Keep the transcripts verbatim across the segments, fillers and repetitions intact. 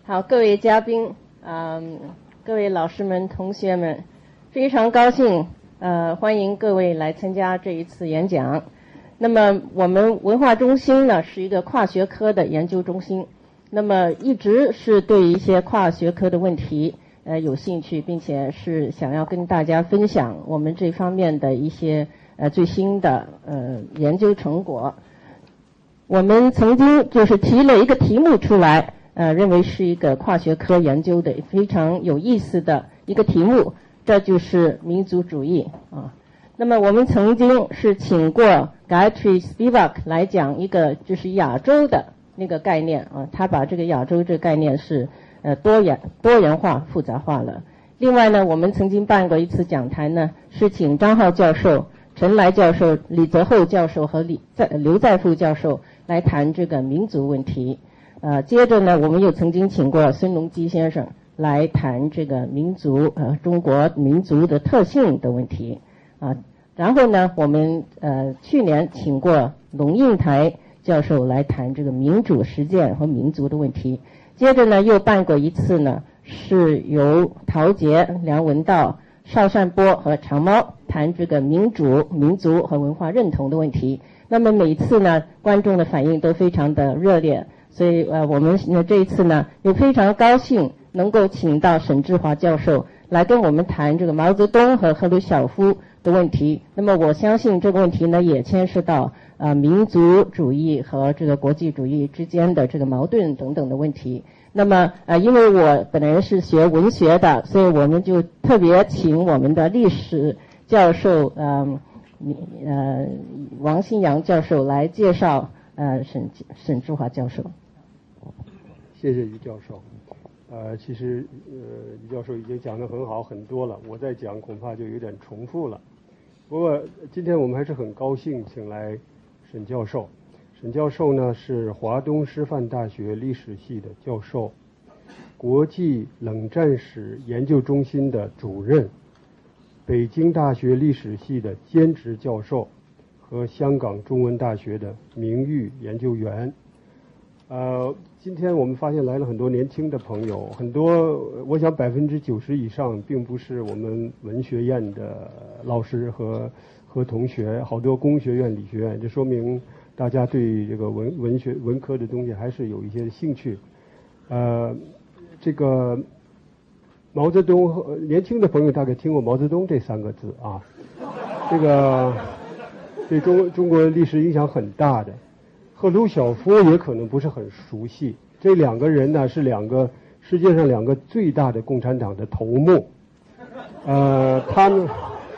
好，各位嘉宾，嗯，各位老师们、同学们，非常高兴，呃，欢迎各位来参加这一次演讲。那么，我们文化中心呢是一个跨学科的研究中心，那么一直是对一些跨学科的问题呃有兴趣，并且是想要跟大家分享我们这方面的一些呃最新的呃研究成果。我们曾经就是提了一个题目出来。呃，认为是一个跨学科研究的非常有意思的一个题目，这就是民族主义啊。那么我们曾经是请过 Gayatri Spivak 来讲一个就是亚洲的那个概念啊，他把这个亚洲这个概念是呃多元多元化复杂化了。另外呢，我们曾经办过一次讲坛呢，是请张浩教授、陈来教授、李泽厚教授和李在刘在富教授来谈这个民族问题。呃，接着呢，我们又曾经请过孙隆基先生来谈这个民族呃中国民族的特性的问题啊。然后呢，我们呃去年请过龙应台教授来谈这个民主实践和民族的问题。接着呢，又办过一次呢，是由陶杰、梁文道、邵善波和长猫谈这个民主、民族和文化认同的问题。那么每次呢，观众的反应都非常的热烈。所以呃，我们这一次呢，又非常高兴能够请到沈志华教授来跟我们谈这个毛泽东和赫鲁晓夫的问题。那么我相信这个问题呢，也牵涉到呃民族主义和这个国际主义之间的这个矛盾等等的问题。那么呃，因为我本人是学文学的，所以我们就特别请我们的历史教授呃呃王新阳教授来介绍呃沈沈志华教授。 谢谢于教授。呃，其实呃，于教授已经讲得很好很多了，我再讲恐怕就有点重复了。不过今天我们还是很高兴请来沈教授。沈教授呢是华东师范大学历史系的教授，国际冷战史研究中心的主任，北京大学历史系的兼职教授和香港中文大学的名誉研究员。呃，今天我们发现来了很多年轻的朋友，很多我想百分之九十以上并不是我们文学院的老师和和同学，好多工学院、理学院，这说明大家对这个文文学文科的东西还是有一些兴趣。呃，这个毛泽东，年轻的朋友大概听过毛泽东这三个字啊，这个对中中国历史影响很大的。赫鲁晓夫也可能不是很熟悉，这两个人呢是两个世界上两个最大的共产党的头目，呃，他们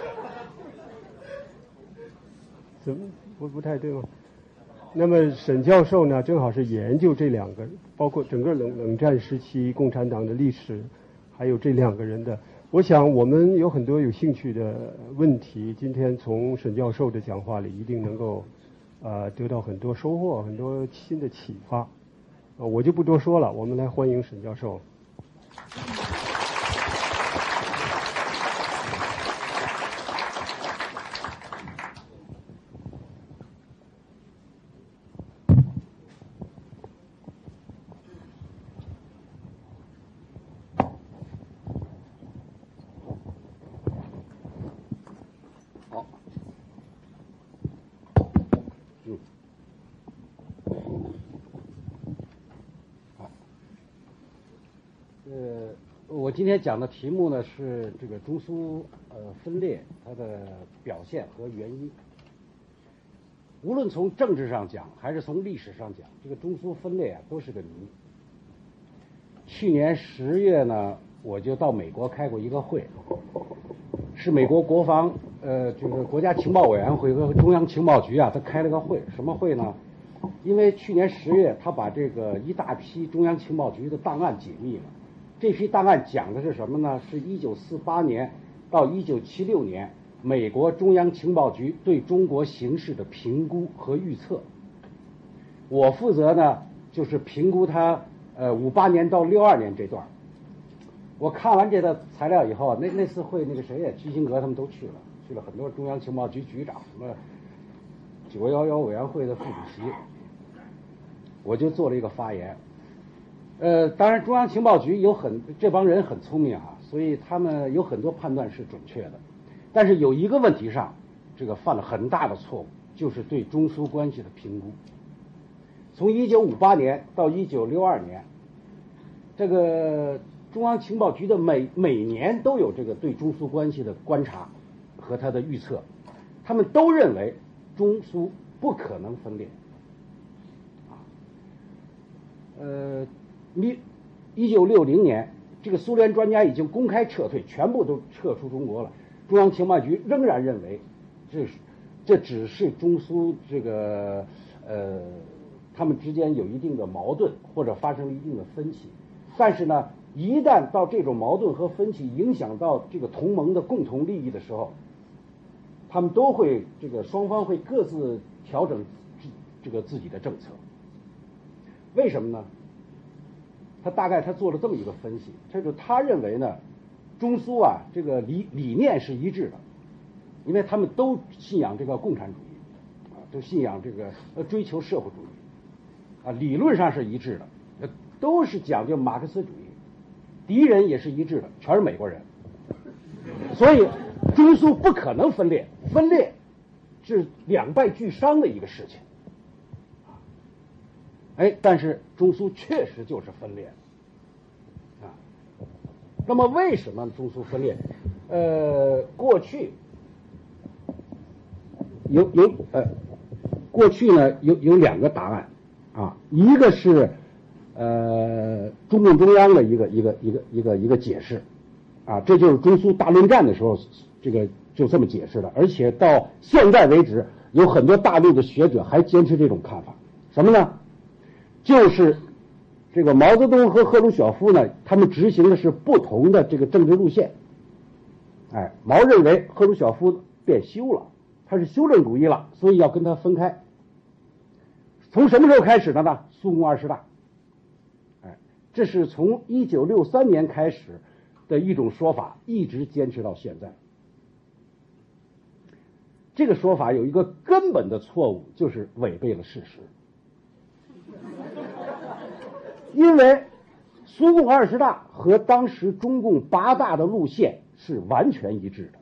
怎么不不太对吗？那么沈教授呢，正好是研究这两个，包括整个冷冷战时期共产党的历史，还有这两个人的。我想我们有很多有兴趣的问题，今天从沈教授的讲话里一定能够。呃，得到很多收获，很多新的启发，呃，我就不多说了，我们来欢迎沈教授。 我今天讲的题目呢是这个中苏呃分裂它的表现和原因。无论从政治上讲还是从历史上讲，这个中苏分裂啊都是个谜。去年十月呢，我就到美国开过一个会，是美国国防呃这个国家情报委员会和中央情报局啊，他开了个会。什么会呢？因为去年十月他把这个一大批中央情报局的档案解密了。这批档案讲的是什么呢？是一九四八年到一九七六年美国中央情报局对中国形势的评估和预测。我负责呢，就是评估它呃五八年到六二年这段。我看完这个材料以后，那那次会那个谁呀，基辛格他们都去了，去了很多中央情报局局长，什么九幺幺委员会的副主席，我就做了一个发言。 呃，当然中央情报局有很这帮人很聪明啊，所以他们有很多判断是准确的，但是有一个问题上，这个犯了很大的错误，就是对中苏关系的评估。从一九五八年到一九六二年，这个中央情报局的每每年都有这个对中苏关系的观察和他的预测，他们都认为中苏不可能分裂。啊，呃，一一九六零年，这个苏联专家已经公开撤退，全部都撤出中国了。中央情报局仍然认为，这是这只是中苏这个呃他们之间有一定的矛盾，或者发生了一定的分歧。但是呢，一旦到这种矛盾和分歧影响到这个同盟的共同利益的时候，他们都会这个双方会各自调整这个自己的政策。为什么呢？他大概他做了这么一个分析，这就他认为呢，中苏啊这个理理念是一致的，因为他们都信仰这个共产主义，啊，都信仰这个呃追求社会主义，啊，理论上是一致的，呃，都是讲究马克思主义，敌人也是一致的，全是美国人，所以中苏不可能分裂，分裂是两败俱伤的一个事情。哎，但是中苏确实就是分裂啊。那么为什么中苏分裂？呃，过去有有呃，过去呢有有两个答案啊，一个是呃中共中央的一个一个一个一个一个解释啊，这就是中苏大论战的时候这个就这么解释的，而且到现在为止，有很多大陆的学者还坚持这种看法，什么呢？就是这个毛泽东和赫鲁晓夫呢，他们执行的是不同的这个政治路线。哎，毛认为赫鲁晓夫变修了，他是修正主义了，所以要跟他分开。从什么时候开始的呢？苏共二十大。哎，这是从一九六三年开始的一种说法，一直坚持到现在。这个说法有一个根本的错误，就是违背了事实。因为苏共二十大和当时中共八大的路线是完全一致的。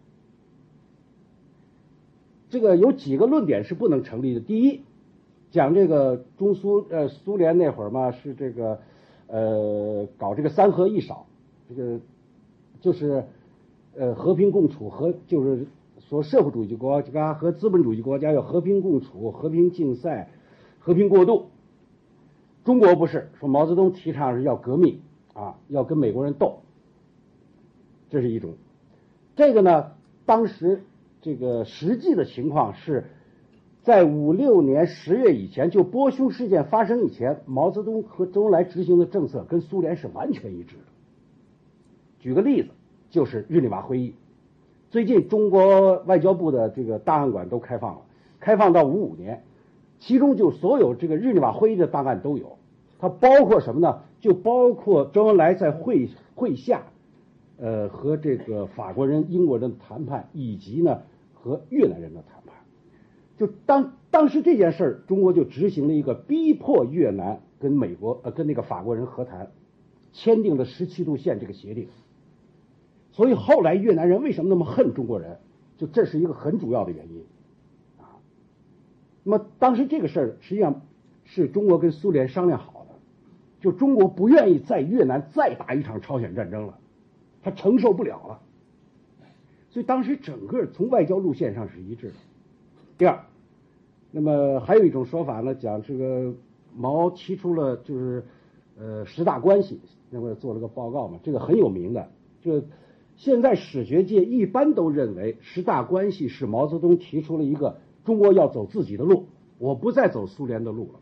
这个有几个论点是不能成立的。第一，讲这个中苏呃苏联那会儿嘛，是这个呃搞这个三合一少，这个就是呃和平共处和就是说社会主义国家和资本主义国家要和平共处、和平竞赛、和平过渡。中国不是，说毛泽东提倡是要革命啊，要跟美国人斗，这是一种。这个呢，当时这个实际的情况是在五六年十月以前，就波匈事件发生以前，毛泽东和周恩来执行的政策跟苏联是完全一致的。举个例子，就是日内瓦会议，最近中国外交部的这个档案馆都开放了，开放到五五年。其中就所有这个日内瓦会议的档案都有，它包括什么呢？就包括周恩来在会会下，呃，和这个法国人、英国人的谈判，以及呢和越南人的谈判。就当当时这件事儿，中国就执行了一个逼迫越南跟美国呃跟那个法国人和谈，签订了十七度线这个协定。所以后来越南人为什么那么恨中国人？就这是一个很主要的原因。那么当时这个事儿实际上是中国跟苏联商量好的，就中国不愿意在越南再打一场朝鲜战争了，他承受不了了，所以当时整个从外交路线上是一致的。第二，那么还有一种说法呢，讲这个毛提出了就是呃十大关系，那么做了个报告嘛，这个很有名的，这个现在史学界一般都认为十大关系是毛泽东提出了一个中国要走自己的路，我不再走苏联的路了。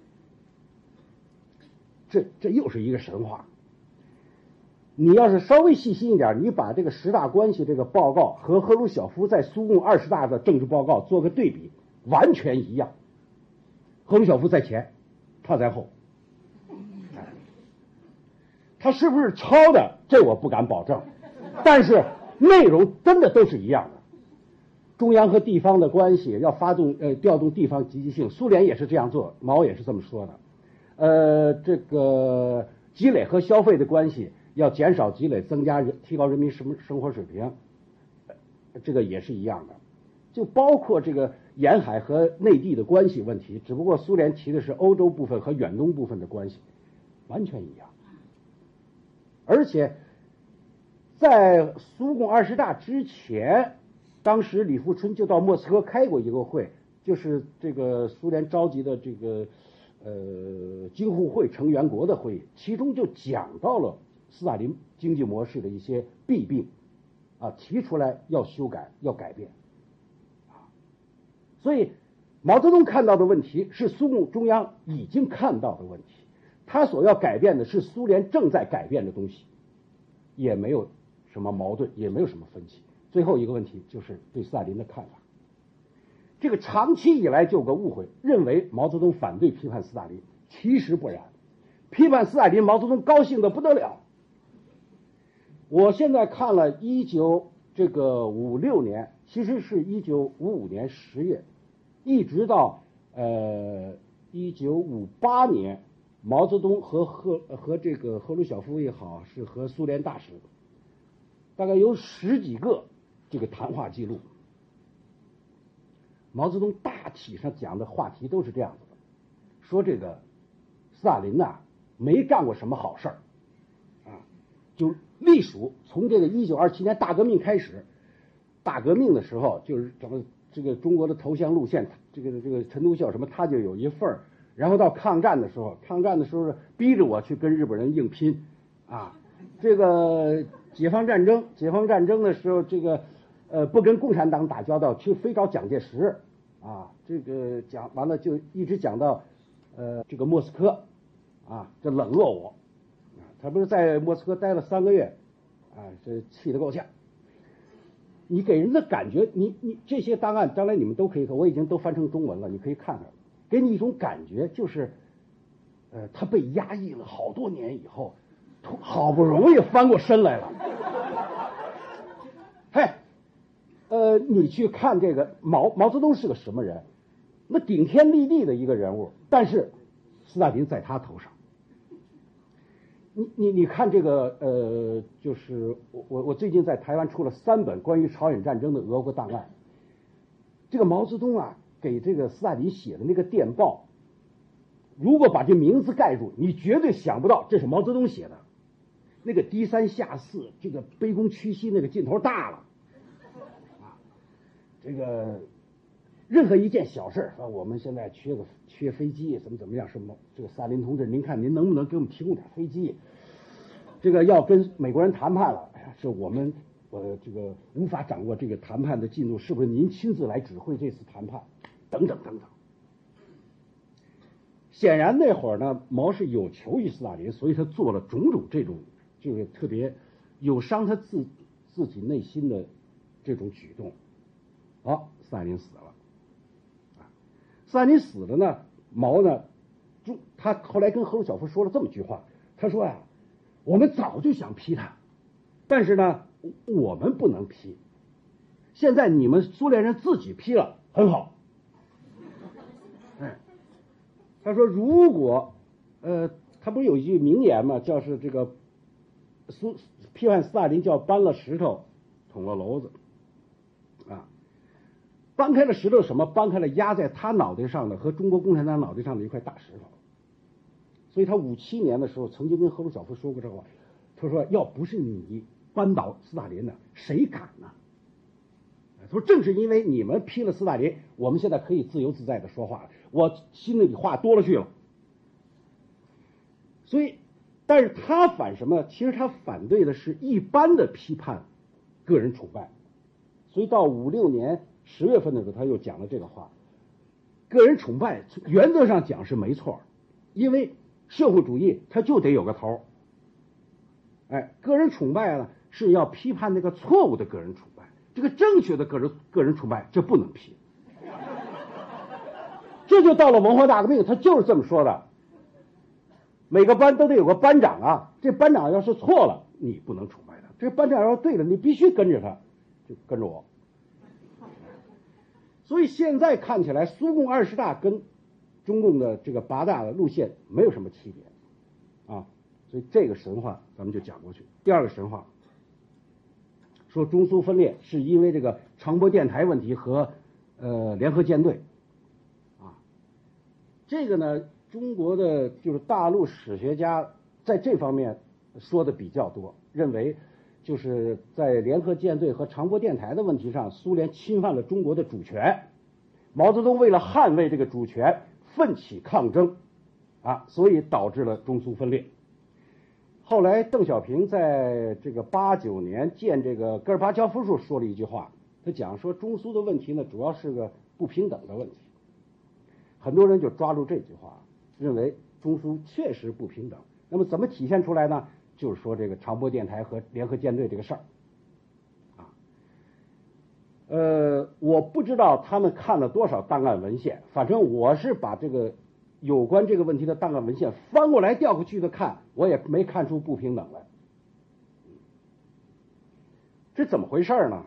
这这又是一个神话。你要是稍微细心一点，你把这个十大关系这个报告和赫鲁晓夫在苏共二十大的政治报告做个对比，完全一样。赫鲁晓夫在前，他在后。他是不是抄的？这我不敢保证，但是内容真的都是一样的。中央和地方的关系要发动呃调动地方积极性，苏联也是这样做，毛也是这么说的。 呃这个积累和消费的关系，要减少积累，增加人提高人民生生活水平，这个也是一样的。就包括这个沿海和内地的关系问题，只不过苏联提的是欧洲部分和远东部分的关系，完全一样。而且在苏共二十大之前，当时李富春就到莫斯科开过一个会，就是这个苏联召集的这个呃京沪会成员国的会议，其中就讲到了斯大林经济模式的一些弊病，啊，提出来要修改要改变。所以毛泽东看到的问题是苏共中央已经看到的问题，他所要改变的是苏联正在改变的东西，也没有什么矛盾，也没有什么分歧。最后一个问题就是对斯大林的看法，这个长期以来就有个误会，认为毛泽东反对批判斯大林，其实不然，批判斯大林，毛泽东高兴的不得了。我现在看了一九这个五六年，其实是一九五五年十月。一直到呃一九五八年，毛泽东和赫和这个赫鲁晓夫也好，是和苏联大使，大概有十几个这个谈话记录。毛泽东大体上讲的话题都是这样子的，说这个斯大林呐、啊、没干过什么好事儿，啊，就隶属从这个一九二七年大革命开始，大革命的时候就是怎么。这个中国的投降路线，这个这个陈独秀什么，他就有一份儿。然后到抗战的时候，抗战的时候逼着我去跟日本人硬拼，啊，这个解放战争，解放战争的时候，这个呃不跟共产党打交道，去非找蒋介石，啊，这个讲完了就一直讲到呃这个莫斯科，啊，这冷落我，啊，他不是在莫斯科待了三个月，啊，这气得够呛。你给人的感觉，你你这些档案将来你们都可以看，我已经都翻成中文了，你可以看看，给你一种感觉就是，呃，他被压抑了好多年以后，好不容易翻过身来了。嘿，呃，你去看这个毛毛泽东是个什么人？那顶天立地的一个人物，但是斯大林在他头上。你你你看这个呃，就是我我我最近在台湾出了三本关于朝鲜战争的俄国档案。这个毛泽东啊，给这个斯大林写的那个电报，如果把这名字盖住，你绝对想不到这是毛泽东写的。那个低三下四，这个卑躬屈膝，那个劲头大了啊！这个任何一件小事啊，我们现在缺个缺飞机，怎么怎么样？什么这个斯大林同志，您看您能不能给我们提供点飞机？这个要跟美国人谈判了，哎呀，是我们呃这个无法掌握这个谈判的进度，是不是您亲自来指挥这次谈判？等等等等。显然那会儿呢，毛是有求于斯大林，所以他做了种种这种这个特别有伤他自自己内心的这种举动。好，斯大林死了。斯大林死了呢，毛呢，就他后来跟赫鲁晓夫说了这么句话，他说呀、啊，我们早就想批他，但是呢，我们不能批。现在你们苏联人自己批了，很好。哎，他说如果，呃，他不是有一句名言嘛，叫是这个苏批判斯大林叫搬了石头捅了娄子，啊。搬开了石头什么？搬开了压在他脑袋上的和中国共产党脑袋上的一块大石头。所以他五七年的时候曾经跟赫鲁晓夫说过这话，他说要不是你扳倒斯大林呢，谁敢呢？他说正是因为你们批了斯大林，我们现在可以自由自在的说话了，我心里话多了去了。所以，但是他反什么？其实他反对的是一般的批判个人崇拜。所以到五六年十月份的时候，他又讲了这个话：个人崇拜原则上讲是没错，因为社会主义它就得有个头。哎，个人崇拜呢是要批判那个错误的个人崇拜，这个正确的个人个人崇拜这不能批。这就到了文化大革命，他就是这么说的。每个班都得有个班长啊，这班长要是错了，你不能崇拜他；这班长要是对了，你必须跟着他，就跟着我。所以现在看起来，苏共二十大跟中共的这个八大的路线没有什么区别啊，所以这个神话咱们就讲过去。第二个神话说中苏分裂是因为这个长波电台问题和呃联合舰队啊，这个呢，中国的就是大陆史学家在这方面说的比较多，认为就是在联合舰队和长波电台的问题上，苏联侵犯了中国的主权，毛泽东为了捍卫这个主权奋起抗争啊，所以导致了中苏分裂。后来邓小平在这个八九年见这个戈尔巴乔夫时候说了一句话，他讲说中苏的问题呢，主要是个不平等的问题。很多人就抓住这句话，认为中苏确实不平等。那么怎么体现出来呢？就是说这个长波电台和联合舰队这个事儿啊，呃，我不知道他们看了多少档案文献，反正我是把这个有关这个问题的档案文献翻过来调过去的看，我也没看出不平等来。这怎么回事呢？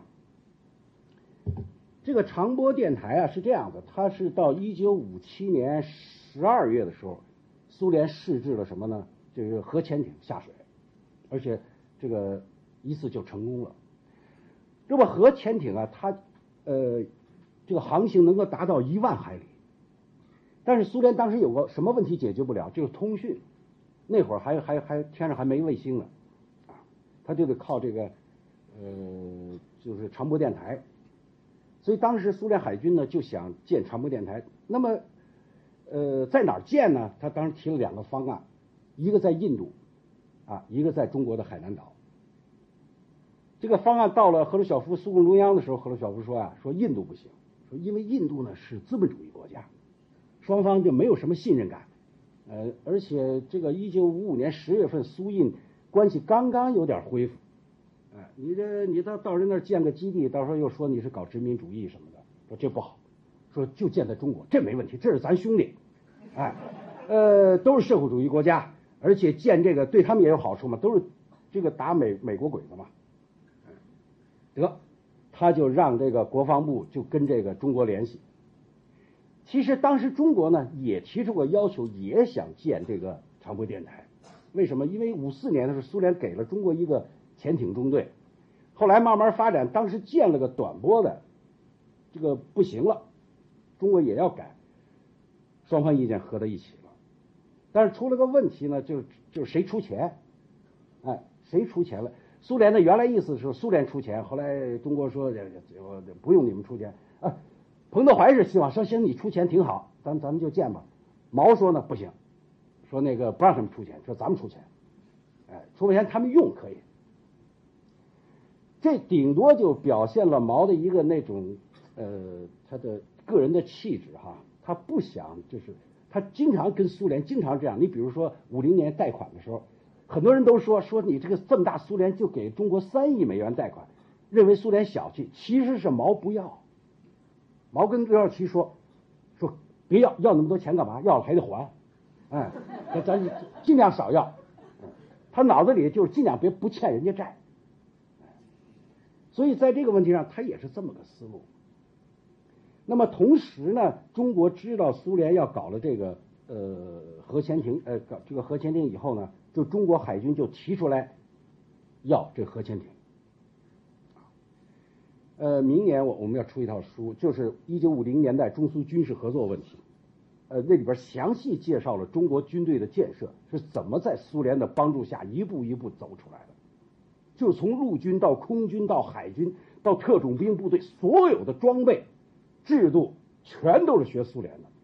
这个长波电台啊是这样的，它是到一九五七年十二月的时候，苏联试制了什么呢？这个核潜艇下水，而且这个一次就成功了。这么核潜艇啊，它呃这个航行能够达到一万海里，但是苏联当时有个什么问题解决不了，就是通讯。那会儿还还还天上还没卫星呢，啊，他就得靠这个呃就是长波电台。所以当时苏联海军呢就想建长波电台，那么呃在哪儿建呢？他当时提了两个方案，一个在印度啊，一个在中国的海南岛。这个方案到了赫鲁晓夫苏共中央的时候，赫鲁晓夫说啊，说印度不行，说因为印度呢是资本主义国家，双方就没有什么信任感，呃，而且这个一九五五年十月份苏印关系刚刚有点恢复，哎、呃，你这你到到人那儿建个基地，到时候又说你是搞殖民主义什么的，说这不好，说就建在中国，这没问题，这是咱兄弟，哎，呃，都是社会主义国家。而且建这个对他们也有好处嘛，都是这个打美美国鬼子嘛。得，他就让这个国防部就跟这个中国联系。其实当时中国呢也提出过要求，也想建这个长波电台。为什么？因为五四年的时候，苏联给了中国一个潜艇中队，后来慢慢发展，当时建了个短波的，这个不行了，中国也要改，双方意见合在一起了。但是出了个问题呢，就是就是谁出钱，哎，谁出钱了？苏联的原来意思是苏联出钱，后来中国说我不用你们出钱啊。彭德怀是希望说行，你出钱挺好，咱咱们就建吧。毛说呢不行，说那个不让他们出钱，说咱们出钱，哎，出钱他们用可以。这顶多就表现了毛的一个那种呃他的个人的气质哈，他不想就是。他经常跟苏联经常这样，你比如说五零年贷款的时候，很多人都说说你这个这么大苏联就给中国三亿美元贷款，认为苏联小气，其实是毛不要。毛跟刘少奇说说别要，要那么多钱干嘛？要了还得还，哎，咱咱尽量少要。他脑子里就是尽量别不欠人家债。所以在这个问题上，他也是这么个思路。那么同时呢，中国知道苏联要搞了这个呃核潜艇，呃搞这个核潜艇以后呢，就中国海军就提出来要这核潜艇。呃，明年我我们要出一套书，就是一九五零年代中苏军事合作问题，呃，那里边详细介绍了中国军队的建设是怎么在苏联的帮助下一步一步走出来的，就是从陆军到空军到海军到特种兵部队，所有的装备制度全都是学苏联的。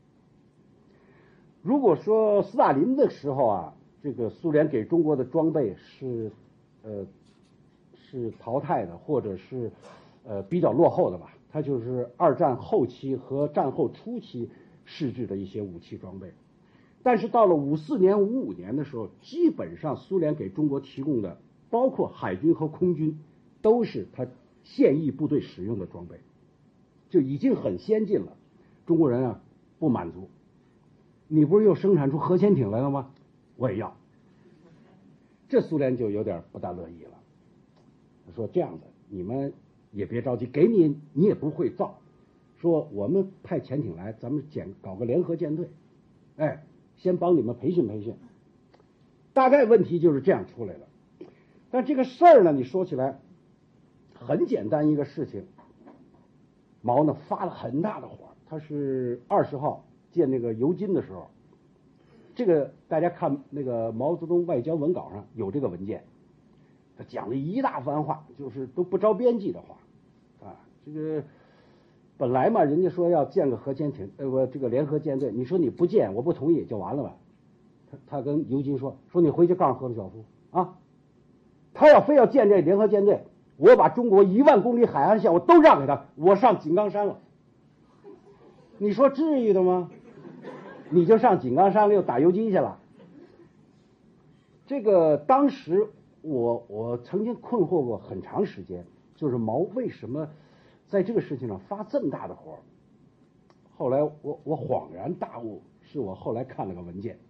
如果说斯大林的时候啊，这个苏联给中国的装备是呃是淘汰的，或者是呃比较落后的吧，它就是二战后期和战后初期试制的一些武器装备。但是到了五四年、五五年的时候，基本上苏联给中国提供的，包括海军和空军，都是它现役部队使用的装备，就已经很先进了。中国人啊不满足，你不是又生产出核潜艇来了吗？我也要。这苏联就有点不大乐意了，说这样的你们也别着急，给你你也不会造， 说我们派潜艇来，咱们建搞个联合舰队，哎，先帮你们培训培训。大概问题就是这样出来的。但这个事儿呢，你说起来很简单一个事情，毛呢发了很大的火。他是二十号见那个尤金的时候，这个大家看那个毛泽东外交文稿上有这个文件，他讲了一大番话，就是都不着边际的话啊。这个本来嘛，人家说要建个核潜艇，呃，不，这个联合舰队，你说你不建，我不同意就完了吧？他他跟尤金说，说你回去告诉赫鲁晓夫啊，他要非要建这联合舰队，我把中国一万公里海岸线我都让给他，我上井冈山了。你说至于的吗？你就上井冈山了，又打游击去了。这个当时我我曾经困惑过很长时间，就是毛为什么在这个事情上发这么大的火？后来我我恍然大悟，是我后来看了个文件。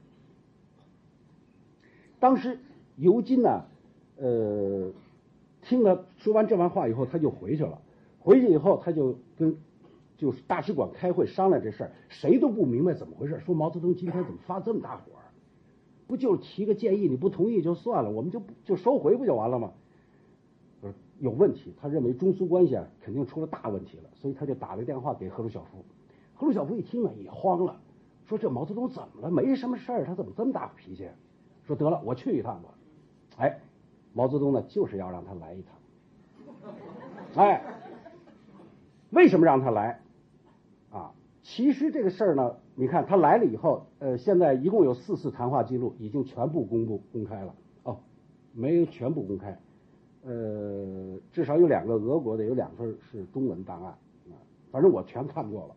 当时尤金呢，呃，听了说完这番话以后，他就回去了。回去以后，他就跟就是大使馆开会商量这事儿，谁都不明白怎么回事。说毛泽东今天怎么发这么大火？不就是提个建议，你不同意就算了，我们就就收回不就完了吗？不是有问题，他认为中苏关系啊肯定出了大问题了，所以他就打了个电话给赫鲁晓夫。赫鲁晓夫一听呢也慌了，说这毛泽东怎么了？没什么事儿，他怎么这么大脾气？说得了，我去一趟吧。哎，毛泽东呢就是要让他来一趟。哎，为什么让他来？啊，其实这个事儿呢，你看他来了以后，呃，现在一共有四次谈话记录，已经全部公布公开了。哦，没有全部公开，呃，至少有两个俄国的，有两份是中文档案啊，反正我全看过了。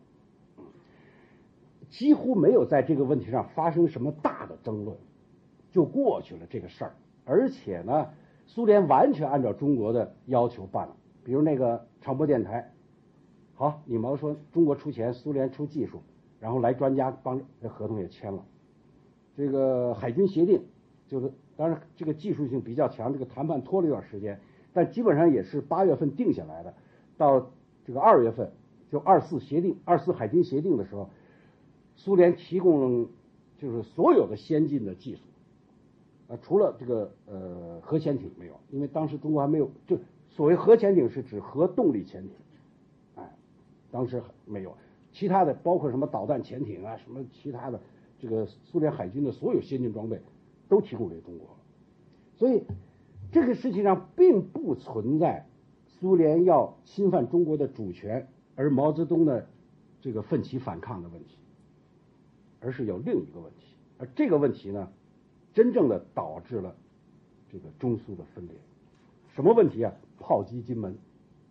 几乎没有在这个问题上发生什么大的争论，就过去了这个事儿。而且呢，苏联完全按照中国的要求办了，比如那个长波电台。好，你毛说中国出钱，苏联出技术，然后来专家帮，这合同也签了。这个海军协定，就是当然这个技术性比较强，这个谈判拖了一段时间，但基本上也是八月份定下来的。到这个二月份，就二四协定、二四海军协定的时候，苏联提供就是所有的先进的技术，啊，除了这个呃核潜艇没有，因为当时中国还没有，就所谓核潜艇是指核动力潜艇。当时没有，其他的包括什么导弹潜艇啊，什么其他的，这个苏联海军的所有先进装备都提供给中国了。所以这个事情上并不存在苏联要侵犯中国的主权，而毛泽东的这个奋起反抗的问题，而是有另一个问题。而这个问题呢，真正的导致了这个中苏的分裂。什么问题啊？炮击金门。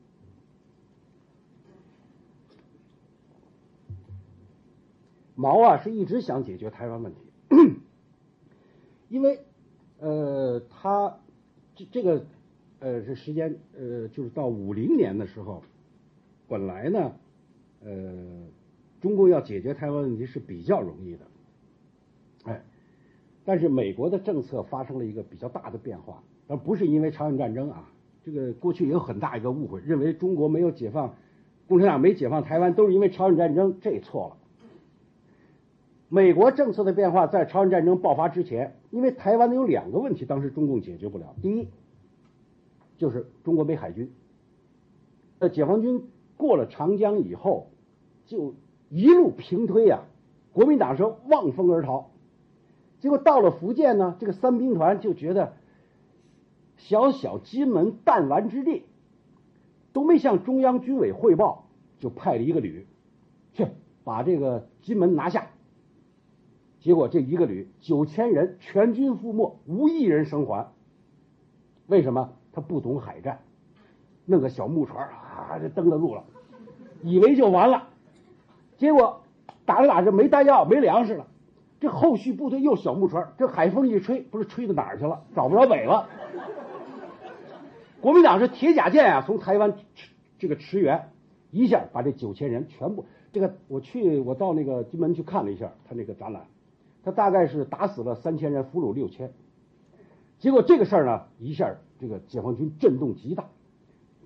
毛啊是一直想解决台湾问题，因为呃他这这个呃这时间呃就是到五零年的时候，本来呢呃中共要解决台湾问题是比较容易的，哎，但是美国的政策发生了一个比较大的变化，而不是因为朝鲜战争啊，这个过去也有很大一个误会，认为中国没有解放，共产党没解放台湾都是因为朝鲜战争，这错了。美国政策的变化在朝鲜战争爆发之前，因为台湾有两个问题，当时中共解决不了。第一，就是中国没海军，呃，解放军过了长江以后，就一路平推啊，国民党是望风而逃。结果到了福建呢，这个三兵团就觉得小小金门弹丸之地，都没向中央军委汇报，就派了一个旅去把这个金门拿下。结果这一个旅九千人全军覆没，无一人生还。为什么？他不懂海战，弄个小木船啊，就登了陆了，以为就完了。结果打着打着没弹药，没粮食了。这后续部队又小木船，这海风一吹，不是吹到哪儿去了？找不着北了。国民党是铁甲舰啊，从台湾这个驰援，一下把这九千人全部。这个我去，我到那个金门去看了一下，他那个展览。他大概是打死了三千人，俘虏六千。结果这个事儿呢，一下这个解放军震动极大，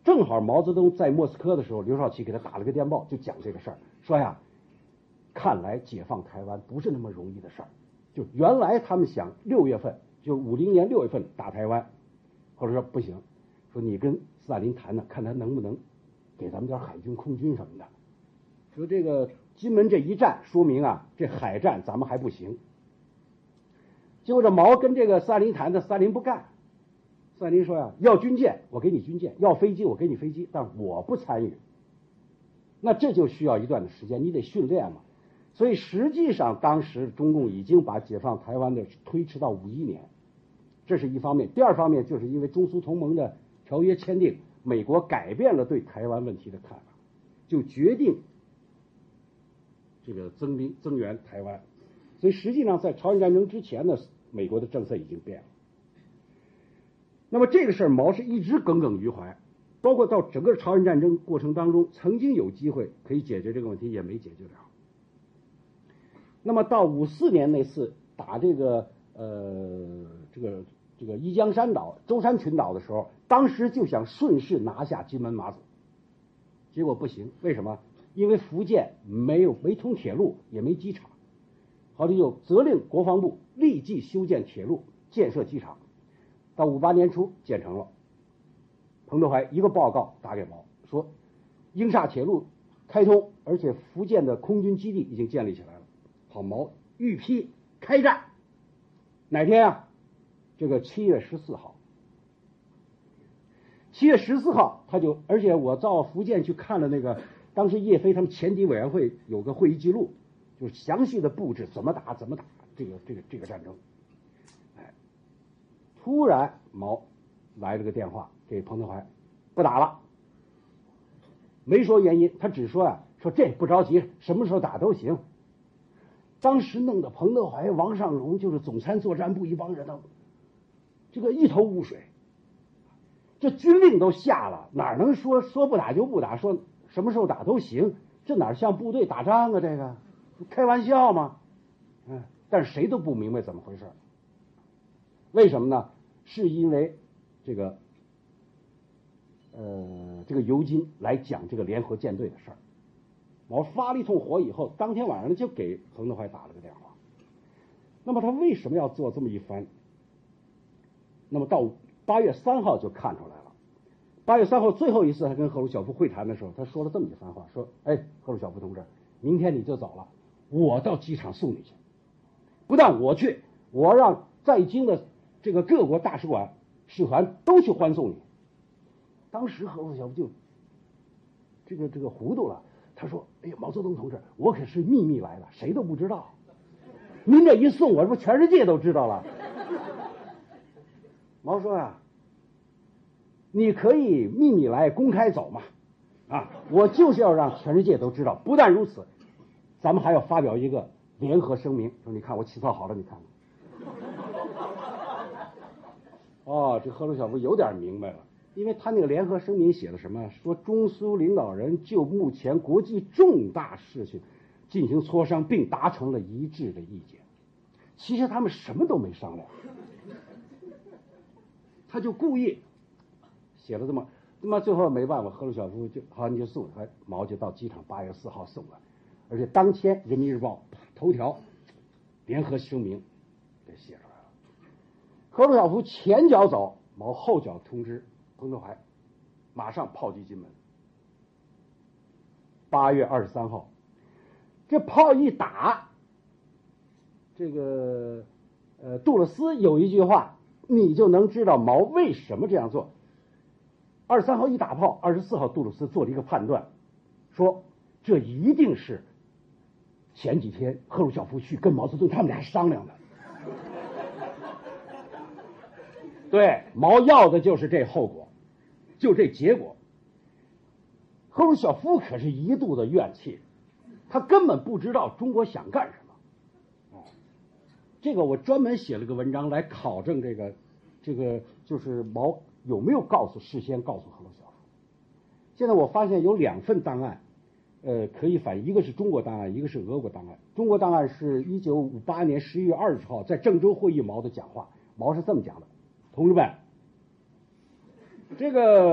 正好毛泽东在莫斯科的时候，刘少奇给他打了个电报，就讲这个事儿，说呀，看来解放台湾不是那么容易的事儿。就原来他们想六月份，就五零年六月份打台湾，后来说不行，说你跟斯大林谈呢，看他能不能给咱们点海军、空军什么的。说这个金门这一战，说明啊，这海战咱们还不行。结果这毛跟这个斯大林谈的，斯大林不干。斯大林说呀，要军舰我给你军舰，要飞机我给你飞机，但我不参与。那这就需要一段的时间，你得训练嘛。所以实际上当时中共已经把解放台湾的推迟到五一年，这是一方面。第二方面就是因为中苏同盟的条约签订，美国改变了对台湾问题的看法，就决定这个增兵增援台湾。所以实际上在朝鲜战争之前呢，美国的政策已经变了。那么这个事儿毛是一直耿耿于怀，包括到整个朝鲜战争过程当中，曾经有机会可以解决这个问题，也没解决了。那么到五四年那次打这个呃这个这个一江山岛、舟山群岛的时候，当时就想顺势拿下金门、马祖，结果不行。为什么？因为福建没有没通铁路，也没机场。好，就责令国防部立即修建铁路，建设机场。到五八年初建成了。彭德怀一个报告打给毛，说英厦铁路开通，而且福建的空军基地已经建立起来了。好，毛预批开战。哪天啊？这个七月十四号。七月十四号，他就，而且我到福建去看了那个当时叶飞他们前敌委员会有个会议记录，就是详细的布置怎么打怎么打这个这个这个战争。哎，突然毛来了个电话给彭德怀，不打了，没说原因，他只说啊，说这不着急，什么时候打都行。当时弄得彭德怀、王尚荣就是总参作战部一帮人呢，这个一头雾水。这军令都下了，哪能说说不打就不打，说什么时候打都行？这哪像部队打仗啊？这个开玩笑吗？嗯，但是谁都不明白怎么回事。为什么呢？是因为这个呃这个尤金来讲这个联合舰队的事儿。毛发了一通火以后，当天晚上就给彭德怀打了个电话。那么他为什么要做这么一番？那么到八月三号就看出来了。八月三号最后一次他跟赫鲁晓夫会谈的时候，他说了这么一番话，说：“哎，赫鲁晓夫同志，明天你就走了，我到机场送你去。不但我去，我让在京的这个各国大使馆、使团都去欢送你。”当时赫鲁晓夫就这个这个糊涂了。他说：“哎呀，毛泽东同志，我可是秘密来的，谁都不知道。您这一送我，这不全世界都知道了。”毛说啊，你可以秘密来，公开走嘛，啊，我就是要让全世界都知道。不但如此，咱们还要发表一个联合声明，说你看我起草好了，你看看。哦，这赫鲁晓夫有点明白了。因为他那个联合声明写的什么？说中苏领导人就目前国际重大事情进行磋商，并达成了一致的意见。其实他们什么都没商量，他就故意写了这么，那么最后没办法，赫鲁晓夫就好，你就送，还毛就到机场八月四号送了，而且当天《人民日报》头条联合声明给写出来了。赫鲁晓夫前脚走，毛后脚通知彭德怀，马上炮击金门。八月二十三号，这炮一打，这个呃杜勒斯有一句话，你就能知道毛为什么这样做。二十三号一打炮，二十四号杜勒斯做了一个判断，说这一定是前几天赫鲁晓夫去跟毛泽东他们俩商量的。对，毛要的就是这后果。就这结果，赫鲁晓夫可是一肚子怨气，他根本不知道中国想干什么。哦，这个我专门写了个文章来考证这个，这个就是毛有没有告诉事先告诉赫鲁晓夫。现在我发现有两份档案，呃，可以反映，一个是中国档案，一个是俄国档案。中国档案是一九五八年十一月二十号在郑州会议毛的讲话，毛是这么讲的：同志们。这个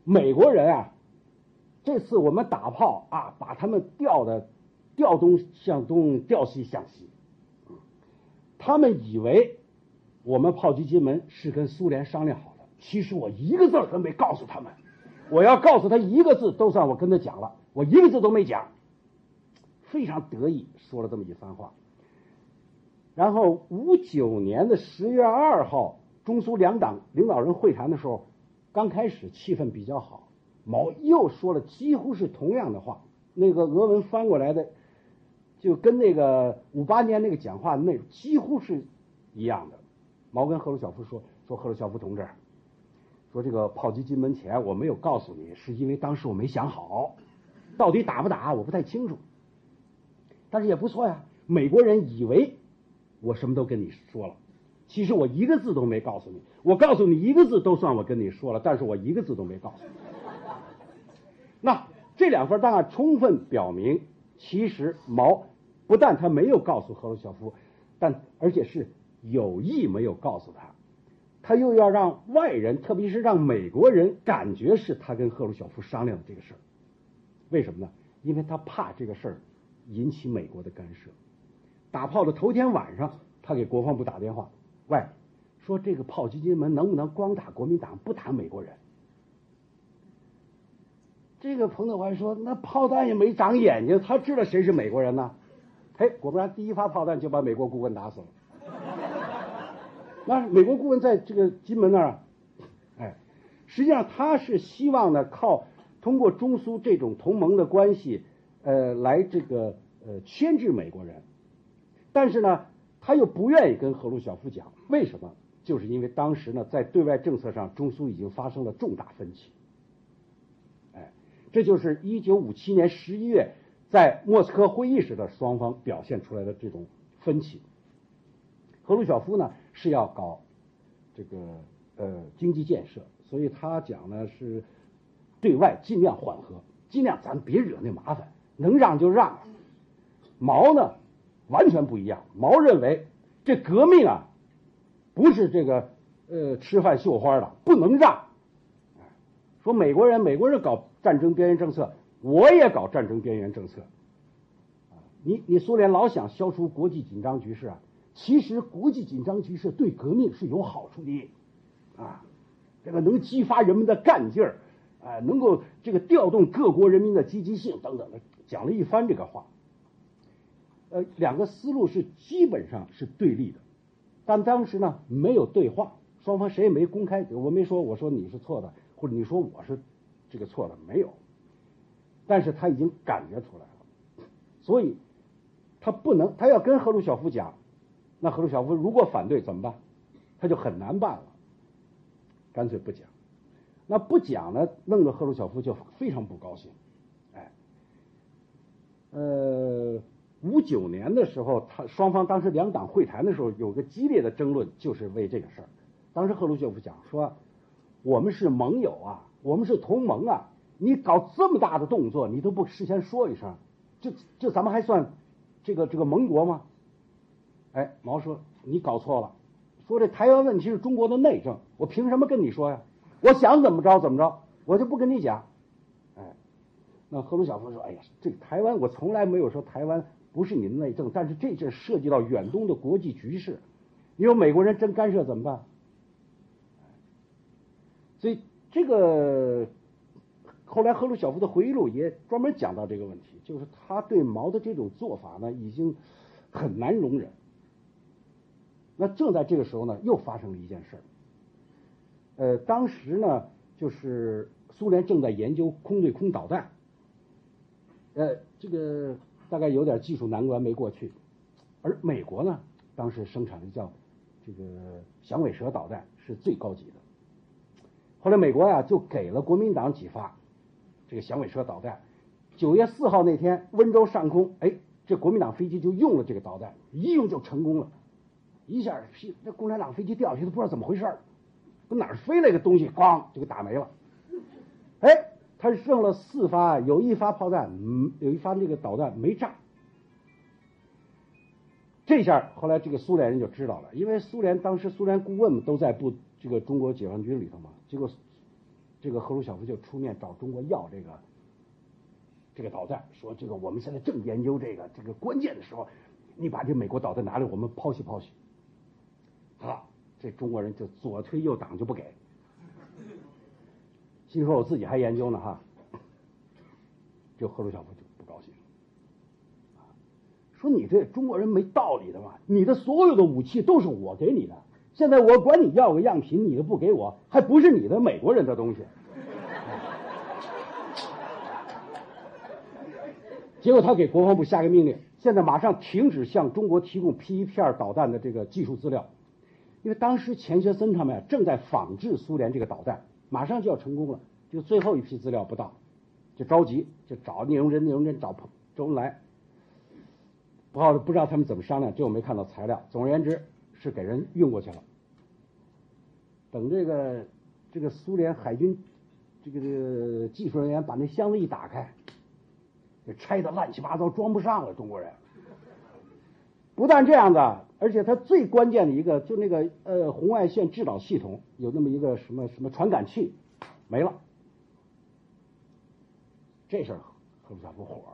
美国人啊，这次我们打炮啊，把他们调的调东向东，调西向西。他们以为我们炮击金门是跟苏联商量好的，其实我一个字都没告诉他们。我要告诉他一个字，都算我跟他讲了，我一个字都没讲。非常得意说了这么一番话。然后五九年的十月二号，中苏两党领导人会谈的时候，刚开始气氛比较好，毛又说了几乎是同样的话，那个俄文翻过来的就跟那个五八年那个讲话内容几乎是一样的。毛跟赫鲁晓夫说说赫鲁晓夫同志，说这个炮击金门前我没有告诉你，是因为当时我没想好，到底打不打我不太清楚。但是也不错呀，美国人以为我什么都跟你说了，其实我一个字都没告诉你。我告诉你一个字都算我跟你说了，但是我一个字都没告诉你。那这两份档案充分表明，其实毛不但他没有告诉赫鲁晓夫，但而且是有意没有告诉他，他又要让外人，特别是让美国人感觉是他跟赫鲁晓夫商量的这个事儿。为什么呢？因为他怕这个事儿引起美国的干涉。打炮的头天晚上，他给国防部打电话，喂，说这个炮击金门能不能光打国民党不打美国人？这个彭德怀说，那炮弹也没长眼睛，他知道谁是美国人呢？嘿，果不然第一发炮弹就把美国顾问打死了。那美国顾问在这个金门那儿啊，哎，实际上他是希望呢靠通过中苏这种同盟的关系，呃，来这个呃牵制美国人。但是呢，他又不愿意跟赫鲁晓夫讲，为什么？就是因为当时呢，在对外政策上，中苏已经发生了重大分歧。哎，这就是一九五七年十一月在莫斯科会议时的双方表现出来的这种分歧。赫鲁晓夫呢是要搞这个呃经济建设，所以他讲呢是对外尽量缓和，尽量咱别惹那麻烦，能让就让。毛呢？完全不一样。毛认为这革命啊，不是这个呃吃饭绣花的，不能让。说美国人，美国人搞战争边缘政策，我也搞战争边缘政策。你你苏联老想消除国际紧张局势啊，其实国际紧张局势对革命是有好处的啊，这个能激发人们的干劲儿，啊、呃，能够这个调动各国人民的积极性等等的，讲了一番这个话。呃，两个思路是基本上是对立的，但当时呢没有对话，双方谁也没公开，我没说我说你是错的，或者你说我是这个错的，没有。但是他已经感觉出来了，所以他不能，他要跟赫鲁晓夫讲，那赫鲁晓夫如果反对怎么办？他就很难办了，干脆不讲。那不讲呢，弄得赫鲁晓夫就非常不高兴。哎，呃。五九年的时候，他双方当时两党会谈的时候有个激烈的争论，就是为这个事儿。当时赫鲁晓夫讲说，我们是盟友啊，我们是同盟啊，你搞这么大的动作，你都不事先说一声，这这咱们还算这个这个盟国吗？哎，毛说你搞错了，说这台湾问题是中国的内政，我凭什么跟你说呀？我想怎么着怎么着，我就不跟你讲。哎，那赫鲁晓夫说，哎呀，这个台湾我从来没有说台湾不是你的内政，但是这这涉及到远东的国际局势，你说美国人真干涉怎么办？所以这个后来赫鲁晓夫的回忆录也专门讲到这个问题，就是他对毛的这种做法呢，已经很难容忍。那正在这个时候呢，又发生了一件事儿。呃，当时呢，就是苏联正在研究空对空导弹，呃，这个。大概有点技术难关没过去，而美国呢，当时生产的叫这个响尾蛇导弹是最高级的。后来美国呀、啊、就给了国民党几发这个响尾蛇导弹。九月四号那天，温州上空，哎，这国民党飞机就用了这个导弹，一用就成功了，一下这共产党飞机掉下去都不知道怎么回事，从哪儿飞来个东西，咣就给打没了。哎。他扔了四发，有一发炮弹，嗯，有一发这个导弹没炸。这下后来这个苏联人就知道了，因为苏联当时苏联顾问们都在部这个中国解放军里头嘛，结果这个赫鲁晓夫就出面找中国要这个这个导弹，说这个我们现在正研究这个这个关键的时候，你把这美国导弹拿来，我们剖析剖析。啊，这中国人就左推右挡就不给，心说我自己还研究呢哈，这赫鲁晓夫就不高兴，说你这中国人没道理的嘛，你的所有的武器都是我给你的，现在我管你要个样品，你都不给我，还不是你的美国人的东西。结果他给国防部下个命令，现在马上停止向中国提供 P 一 片导弹的这个技术资料，因为当时钱学森他们正在仿制苏联这个导弹，马上就要成功了，就最后一批资料不到，就着急就找聂荣臻，聂荣臻找周恩来，不好不知道他们怎么商量，这我没看到材料。总而言之是给人运过去了。等这个这个苏联海军这个这个技术人员把那箱子一打开，拆的乱七八糟，装不上了。中国人不但这样子，而且它最关键的一个，就那个呃红外线制导系统有那么一个什么什么传感器没了。这事儿赫鲁晓夫火了。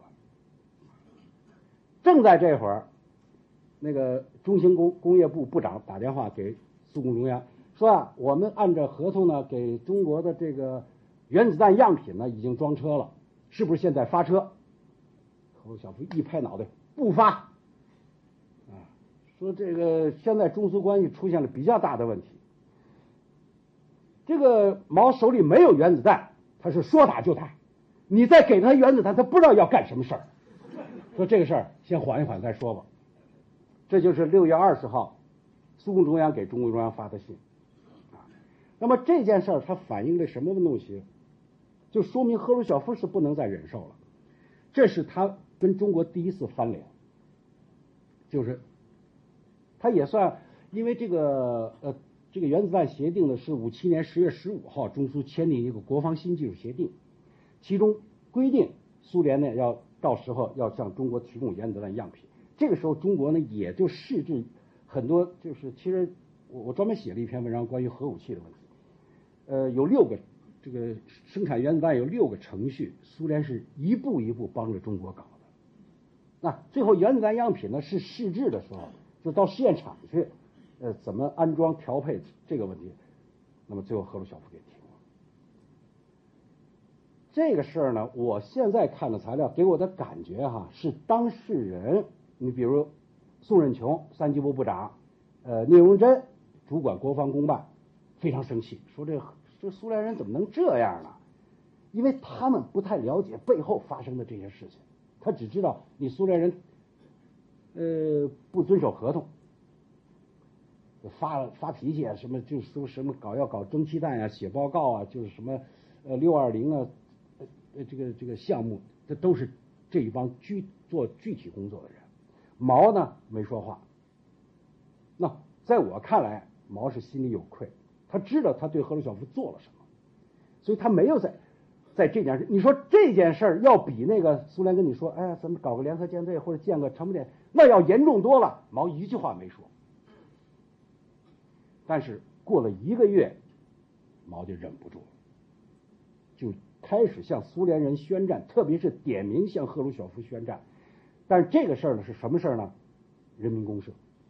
正在这会儿，那个中兴工工业部部长打电话给苏共中央说啊，我们按照合同呢，给中国的这个原子弹样品呢已经装车了，是不是现在发车？赫鲁晓夫一拍脑袋，不发，啊，说这个现在中苏关系出现了比较大的问题。这个毛手里没有原子弹，他是说打就打，你再给他原子弹，他不知道要干什么事儿。说这个事儿先缓一缓再说吧。这就是六月二十号，苏共中央给中共中央发的信。啊，那么这件事儿它反映了什么东西？就说明赫鲁晓夫是不能再忍受了。这是他跟中国第一次翻脸，就是他也算因为这个呃这个原子弹协定呢是五七年十月十五号中苏签订一个国防新技术协定，其中规定苏联呢要到时候要向中国提供原子弹样品。这个时候中国呢也就设置很多，就是其实我我专门写了一篇文章关于核武器的问题，呃有六个。这个生产原子弹有六个程序，苏联是一步一步帮着中国搞的。那最后原子弹样品呢是试制的时候，就到试验场去，呃，怎么安装调配这个问题，那么最后赫鲁晓夫给停了。这个事儿呢，我现在看的材料给我的感觉哈，是当事人，你比如宋任穷三机部部长，呃，聂荣臻主管国防公办，非常生气，说这个。说苏联人怎么能这样呢？因为他们不太了解背后发生的这些事情，他只知道你苏联人，呃，不遵守合同，发发脾气啊，什么就是说什么搞要搞蒸汽弹啊，写报告啊，就是什么呃六二零啊，呃这个这个项目，这都是这一帮具做具体工作的人。毛呢没说话。那在我看来，毛是心里有愧。他知道他对赫鲁晓夫做了什么，所以他没有在在这件事。你说这件事儿要比那个苏联跟你说，哎，咱们搞个联合舰队或者建个长不点，那要严重多了。毛一句话没说。但是过了一个月，毛就忍不住了，就开始向苏联人宣战，特别是点名向赫鲁晓夫宣战。但是这个事儿呢是什么事儿呢？人民公社。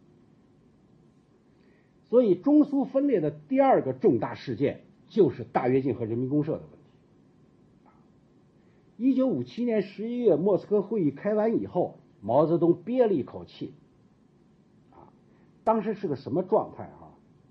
所以中苏分裂的第二个重大事件就是大跃进和人民公社的问题。一九五七年十一月莫斯科会议开完以后，毛泽东憋了一口气，啊，当时是个什么状态啊？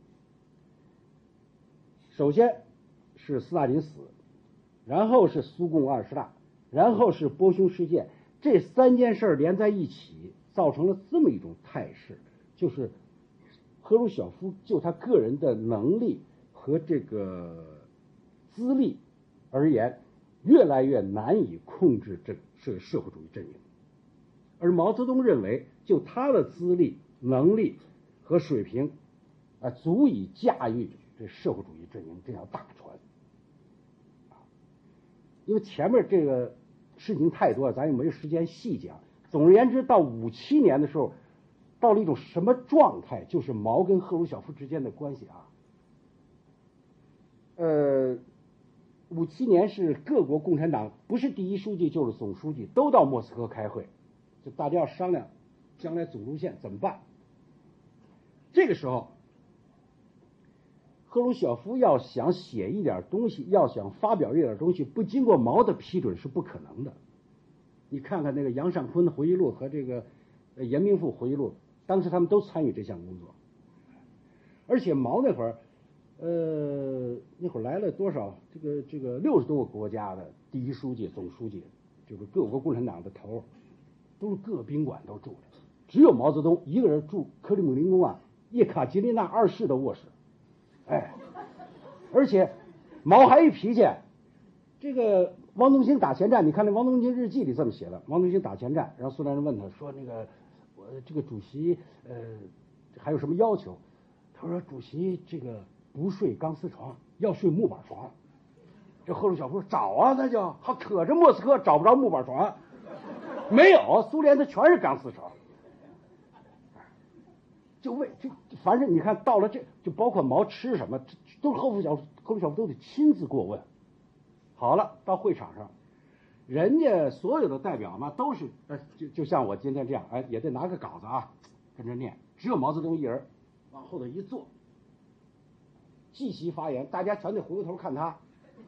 首先是斯大林死，然后是苏共二十大，然后是波匈事件，这三件事连在一起，造成了这么一种态势，就是赫鲁晓夫就他个人的能力和这个资历而言，越来越难以控制这社社会主义阵营。而毛泽东认为，就他的资历、能力和水平，啊，足以驾驭这社会主义阵营这条大船。因为前面这个事情太多了，咱也没有时间细讲。总而言之，到五七年的时候，到了一种什么状态？就是毛跟赫鲁晓夫之间的关系啊，呃， 五七年是各国共产党不是第一书记就是总书记都到莫斯科开会，就大家要商量将来总路线怎么办。这个时候，赫鲁晓夫要想写一点东西，要想发表一点东西，不经过毛的批准是不可能的。你看看那个杨尚昆回忆录和这个严明富回忆录，当时他们都参与这项工作。而且毛那会儿，呃，那会儿来了多少？这个这个六十多个国家的第一书记、总书记，就是各国共产党的头，都是各宾馆都住着，只有毛泽东一个人住克里姆林宫啊，叶卡捷琳娜二世的卧室。哎，而且毛还一脾气，这个汪东兴打前站，你看那汪东兴日记里这么写的：汪东兴打前站，然后苏联人问他说：“那个我这个主席呃还有什么要求？”他说：“主席这个不睡钢丝床，要睡木板床。”这赫鲁晓夫说：“找啊，那就好，可着莫斯科找不着木板床，没有，苏联的全是钢丝床。”就为就凡是你看到了这就包括毛吃什么，都是赫鲁晓夫赫鲁晓夫都得亲自过问。好了，到会场上，人家所有的代表嘛都是呃就就像我今天这样，哎也得拿个稿子啊跟着念，只有毛泽东一人往后头一坐，即席发言，大家全得回过头看他。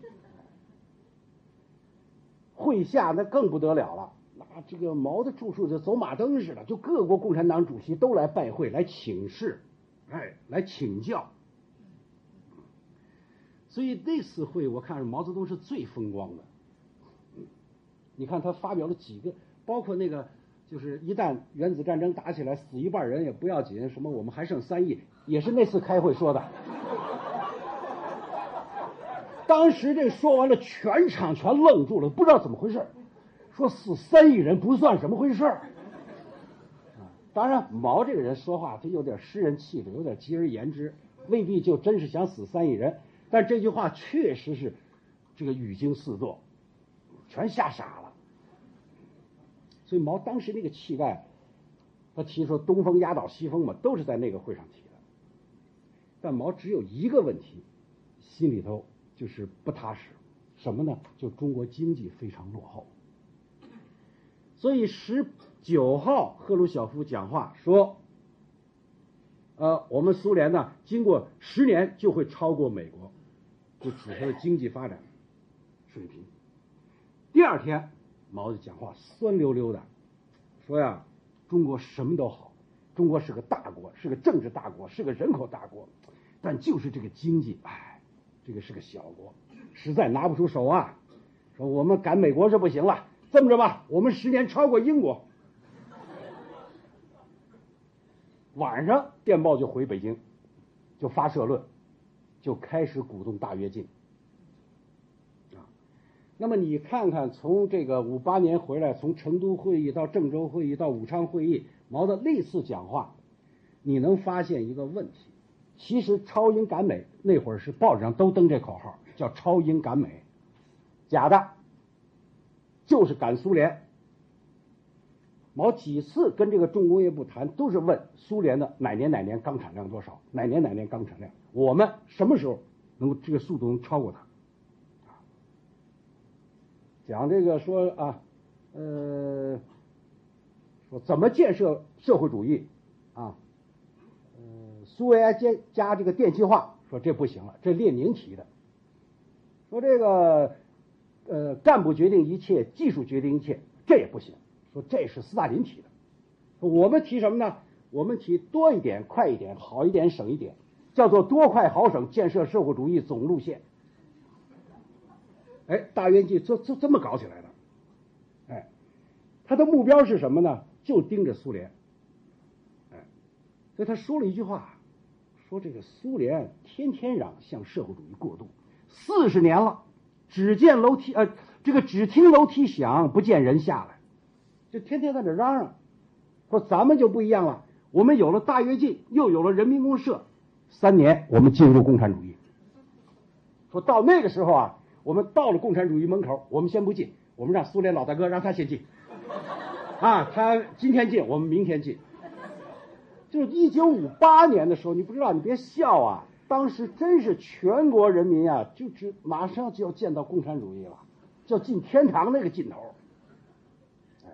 会下那更不得了了。那这个毛的著述就走马灯似的，就各国共产党主席都来拜会，来请示，哎，来请教。所以那次会，我看毛泽东是最风光的。你看他发表了几个，包括那个，就是一旦原子战争打起来，死一半人也不要紧，什么我们还剩三亿，也是那次开会说的。当时这说完了，全场全愣住了，不知道怎么回事。说死三亿人不算什么回事儿，当然毛这个人说话他有点诗人气质，有点极而言之，未必就真是想死三亿人，但这句话确实是这个语惊四座，全吓傻了。所以毛当时那个气概，他提出东风压倒西风嘛，都是在那个会上提的。但毛只有一个问题，心里头就是不踏实，什么呢？就中国经济非常落后。所以十九号赫鲁晓夫讲话说，呃，我们苏联呢，经过十年就会超过美国，就指它的经济发展水平。第二天，毛就讲话酸溜溜的，说呀，中国什么都好，中国是个大国，是个政治大国，是个人口大国，但就是这个经济，哎，这个是个小国，实在拿不出手啊。说我们赶美国是不行了。这么着吧，我们十年超过英国。晚上电报就回北京，就发社论，就开始鼓动大跃进。啊，那么你看看，从这个五八年回来，从成都会议到郑州会议到武昌会议，毛的历次讲话，你能发现一个问题：其实超英赶美那会儿是报纸上都登这口号，叫超英赶美，假的。就是赶苏联。毛几次跟这个重工业部谈，都是问苏联的哪年哪年钢产量多少，哪年哪年钢产量，我们什么时候能够这个速度能超过它？讲这个说啊，呃，说怎么建设社会主义啊？呃，苏维埃加加这个电气化，说这不行了，这列宁提的。说这个。呃，干部决定一切，技术决定一切，这也不行。说这是斯大林提的，我们提什么呢？我们提多一点、快一点、好一点、省一点，叫做多快好省建设社会主义总路线。哎，大跃进就就这么搞起来的。哎，他的目标是什么呢？就盯着苏联。哎，所以他说了一句话，说这个苏联天天嚷向社会主义过渡，四十年了。只见楼梯，呃，这个只听楼梯响，不见人下来，就天天在这嚷嚷。说咱们就不一样了，我们有了大跃进，又有了人民公社，三年我们进入共产主义。说到那个时候啊，我们到了共产主义门口，我们先不进，我们让苏联老大哥让他先进。啊，他今天进，我们明天进。就是一九五八年的时候，你不知道，你别笑啊。 当时真是全国人民啊，就只马上就要见到共产主义了，就要进天堂那个劲头。哎，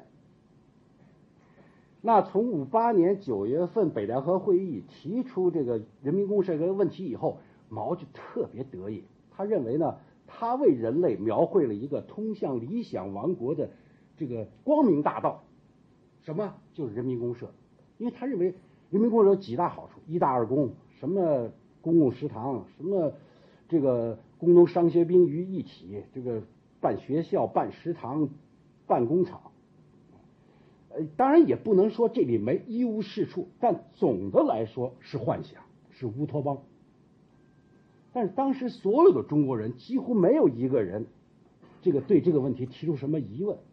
那从五八年九月份北戴河会议提出这个人民公社这个问题以后，毛就特别得意，他认为呢，他为人类描绘了一个通向理想王国的这个光明大道。什么？就是人民公社，因为他认为人民公社有几大好处：一大二公，什么公共食堂，什么这个工农商学兵于一体，这个办学校、办食堂、办工厂。呃，当然也不能说这里没一无是处，但总的来说是幻想，是乌托邦。但是当时所有的中国人几乎没有一个人，这个对这个问题提出什么疑问。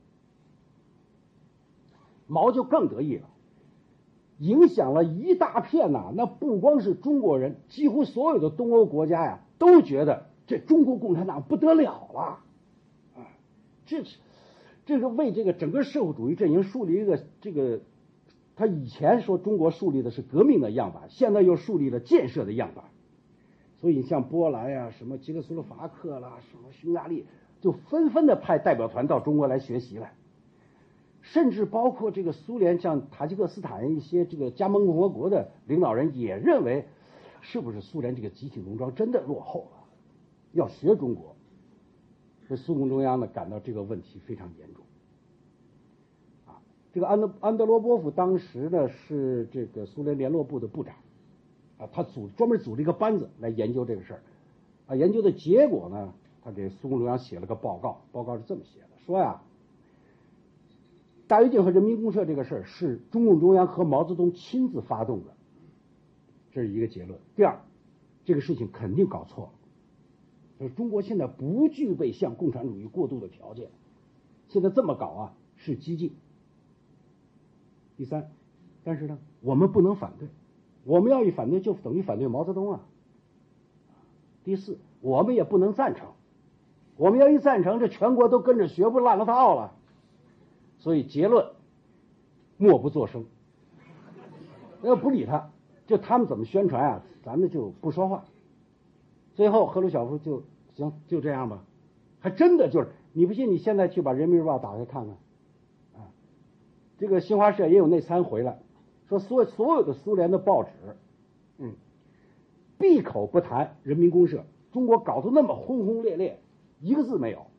毛就更得意了，影响了一大片呐、啊。那不光是中国人，几乎所有的东欧国家呀，都觉得这中国共产党不得了了，啊，这是这个为这个整个社会主义阵营树立一个这个，他以前说中国树立的是革命的样板，现在又树立了建设的样板。所以像波兰呀、什么捷克斯洛伐克啦、什么匈牙利，就纷纷的派代表团到中国来学习来。甚至包括这个苏联，像塔吉克斯坦一些这个加盟共和国的领导人也认为，是不是苏联这个集体农庄真的落后了，要学中国。这苏共中央呢感到这个问题非常严重。啊，这个安德安德罗波夫当时呢是这个苏联联络部的部长，啊，他组专门组了一个班子来研究这个事儿。啊，研究的结果呢，他给苏共中央写了个报告，报告是这么写的，说呀。大跃进和人民公社这个事儿是中共中央和毛泽东亲自发动的，这是一个结论。第二，这个事情肯定搞错了，就是中国现在不具备向共产主义过渡的条件，现在这么搞啊是激进。第三，但是呢，我们不能反对，我们要一反对就等于反对毛泽东啊。第四，我们也不能赞成，我们要一赞成，这全国都跟着学，不烂了套了。所以结论，默不作声，要不理他，就他们怎么宣传啊，咱们就不说话。最后赫鲁晓夫就行，就这样吧。还真的就是，你不信，你现在去把《人民日报》打开看看，啊，这个新华社也有内参回来，说所所有的苏联的报纸，嗯，闭口不谈人民公社，中国搞得那么轰轰烈烈，一个字没有。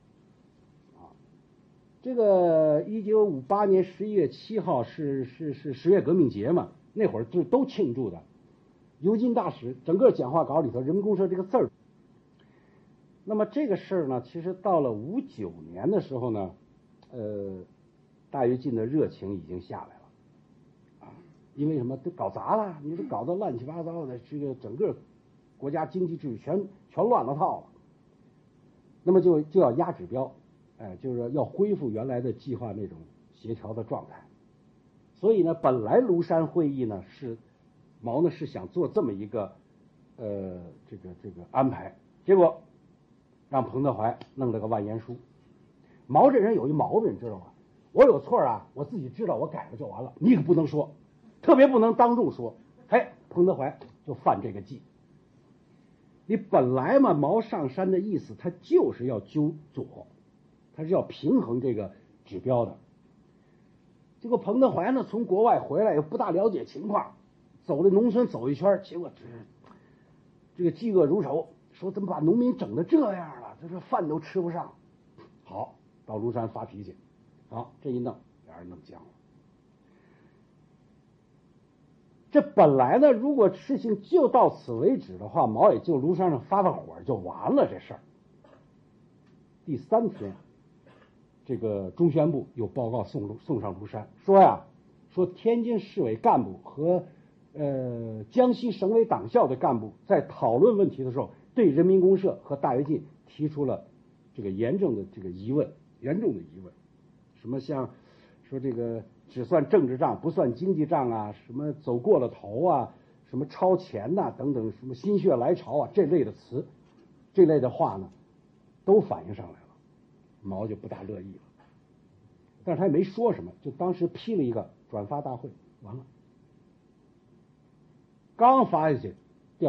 这个一九五八年十一月七号是是是十月革命节嘛，那会儿就都庆祝的。尤金大使整个讲话稿里头“人民公社”这个字儿。那么这个事儿呢，其实到了五九年的时候呢，呃，大跃进的热情已经下来了，啊，因为什么都搞砸了，你这搞得乱七八糟的，这个整个国家经济秩序全全乱了套了，那么就就要压指标。哎，就是要恢复原来的计划那种协调的状态，所以呢，本来庐山会议呢是毛呢是想做这么一个呃这个这个安排，结果让彭德怀弄了个万言书。毛这人有一毛病，知道吗？我有错啊，我自己知道，我改了就完了，你可不能说，特别不能当众说。哎，彭德怀就犯这个忌。你本来嘛，毛上山的意思，他就是要纠左。他是要平衡这个指标的，结果彭德怀呢从国外回来又不大了解情况，走了农村走一圈，结果这这个饥饿如仇，说怎么把农民整得这样了，这这饭都吃不上。好，到庐山发脾气，好，这一弄俩人弄僵了。这本来呢，如果事情就到此为止的话，毛也就庐山上发发火就完了这事儿。第三天。这个中宣部有报告送送上庐山，说呀，说天津市委干部和呃江西省委党校的干部在讨论问题的时候，对人民公社和大跃进提出了这个严重的这个疑问，严重的疑问，什么像说这个只算政治账不算经济账啊，什么走过了头啊，什么超前呐、啊、等等，什么心血来潮啊这类的词，这类的话呢，都反映上来了。毛就不大乐意了，但是他也没说什么，就当时批了一个转发大会，完了，刚发下去，第二天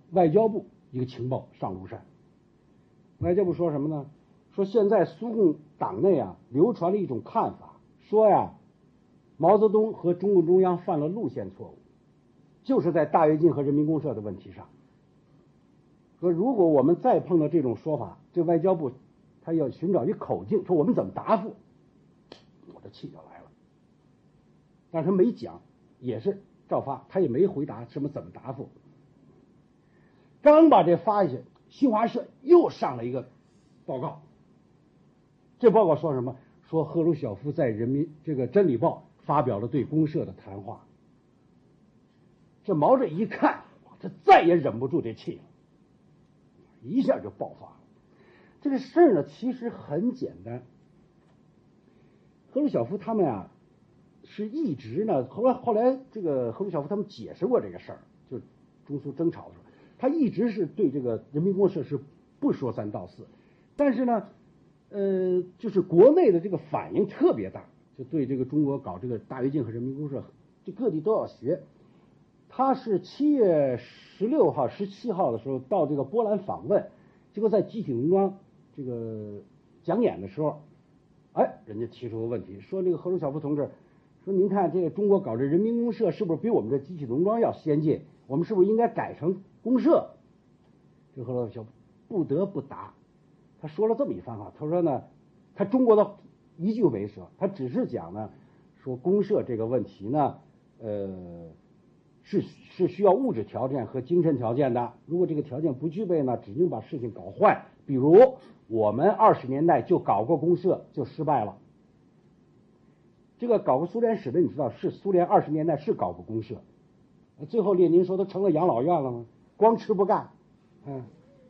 外交部一个情报上庐山。外交部说什么呢？说现在苏共党内啊流传了一种看法，说呀，毛泽东和中共中央犯了路线错误，就是在大跃进和人民公社的问题上。说如果我们再碰到这种说法，这外交部他要寻找一口径，说我们怎么答复，我的气就来了。但是他没讲，也是照发，他也没回答什么怎么答复。刚把这发下去，新华社又上了一个报告。这报告说什么？说赫鲁晓夫在人民这个《真理报》发表了对公社的谈话。这毛主席一看，这再也忍不住这气了，一下就爆发了。这个事儿呢，其实很简单。赫鲁晓夫他们啊，是一直呢，后来后来这个赫鲁晓夫他们解释过这个事儿，就中苏争吵的时候，他一直是对这个人民公社是不说三道四，但是呢，呃，就是国内的这个反应特别大，就对这个中国搞这个大跃进和人民公社，这各地都要学。他是七月十六号、十七号的时候到这个波兰访问，结果在集体农庄这个讲演的时候，哎，人家提出个问题，说这个赫鲁晓夫同志，说您看这个中国搞这人民公社是不是比我们这集体农庄要先进？我们是不是应该改成公社？这赫鲁晓夫不得不答，他说了这么一番话，他说呢，他中国的一句没说，他只是讲呢，说公社这个问题呢，呃。是是需要物质条件和精神条件的，如果这个条件不具备呢，只能把事情搞坏。比如我们二十年代就搞过公社，就失败了。这个搞过苏联史的，你知道是苏联二十年代是搞过公社，最后列宁说都成了养老院了吗？光吃不干。嗯，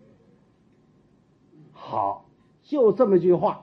好，就这么一句话。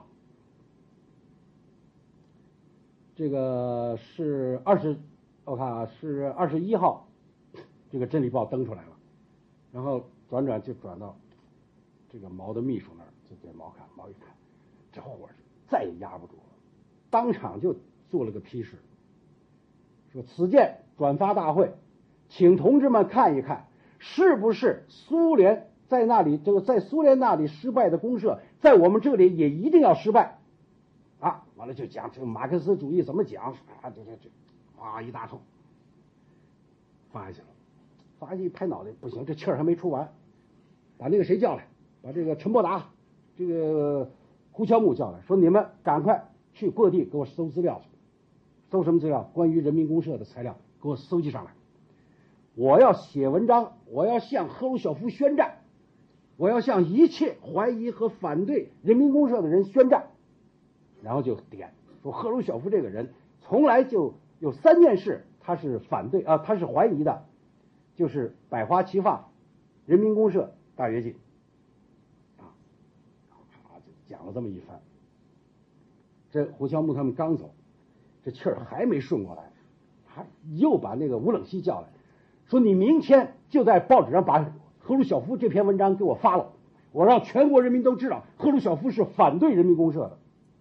这个是二十，我看啊，是二十一号。这个《真理报》登出来了，然后转转就转到这个毛的秘书那儿，就给毛看，毛一看，这火再也压不住了，当场就做了个批示，说此件转发大会，请同志们看一看，是不是苏联在那里这个在苏联那里失败的公社，在我们这里也一定要失败啊！完了就讲这个马克思主义怎么讲啊，这这这，哇一大通，发下去了。发一拍脑袋，不行，这气儿还没出完，把那个谁叫来，把这个陈伯达、这个胡乔木叫来，说你们赶快去各地给我搜资料去，搜什么资料？关于人民公社的材料，给我搜集上来。我要写文章，我要向赫鲁晓夫宣战，我要向一切怀疑和反对人民公社的人宣战。然后就点说赫鲁晓夫这个人从来就有三件事他是反对啊，他是怀疑的。就是百花齐放、人民公社、大跃进，啊，啊，就讲了这么一番。这胡乔木他们刚走，这气儿还没顺过来，还又把那个吴冷西叫来，说你明天就在报纸上把赫鲁晓夫这篇文章给我发了，我让全国人民都知道赫鲁晓夫是反对人民公社的。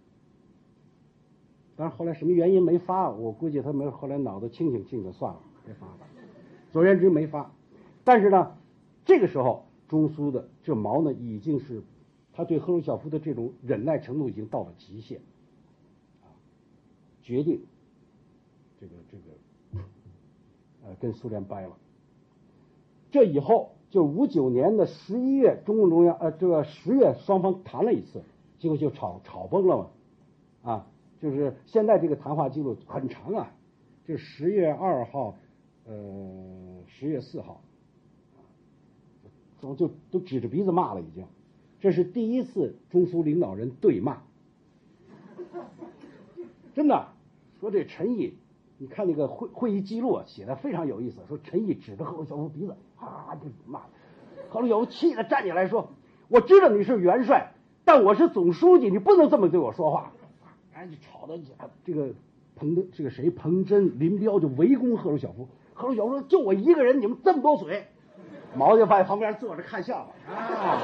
当然后来什么原因没发，我估计他们后来脑子清醒清醒算了，别发了。总而言之没发，但是呢，这个时候中苏的这毛呢，已经是他对赫鲁晓夫的这种忍耐程度已经到了极限，啊，决定这个这个呃跟苏联掰了。这以后就五九年的十一月，中共中央呃这个十月双方谈了一次，结果就吵吵崩了嘛，啊，就是现在这个谈话记录很长啊，这十月二号。呃，十月四号，就就都指着鼻子骂了，已经，这是第一次中苏领导人对骂，真的。说这陈毅，你看那个会会议记录啊，写的非常有意思。说陈毅指着赫鲁晓夫鼻子，啊就骂，赫鲁晓夫气得站起来说：“我知道你是元帅，但我是总书记，你不能这么对我说话。”哎，就吵得这个彭的这个谁彭真、林彪就围攻赫鲁晓夫。赫鲁晓夫说：“就我一个人，你们这么多嘴。”毛就在旁边坐着看笑话。啊，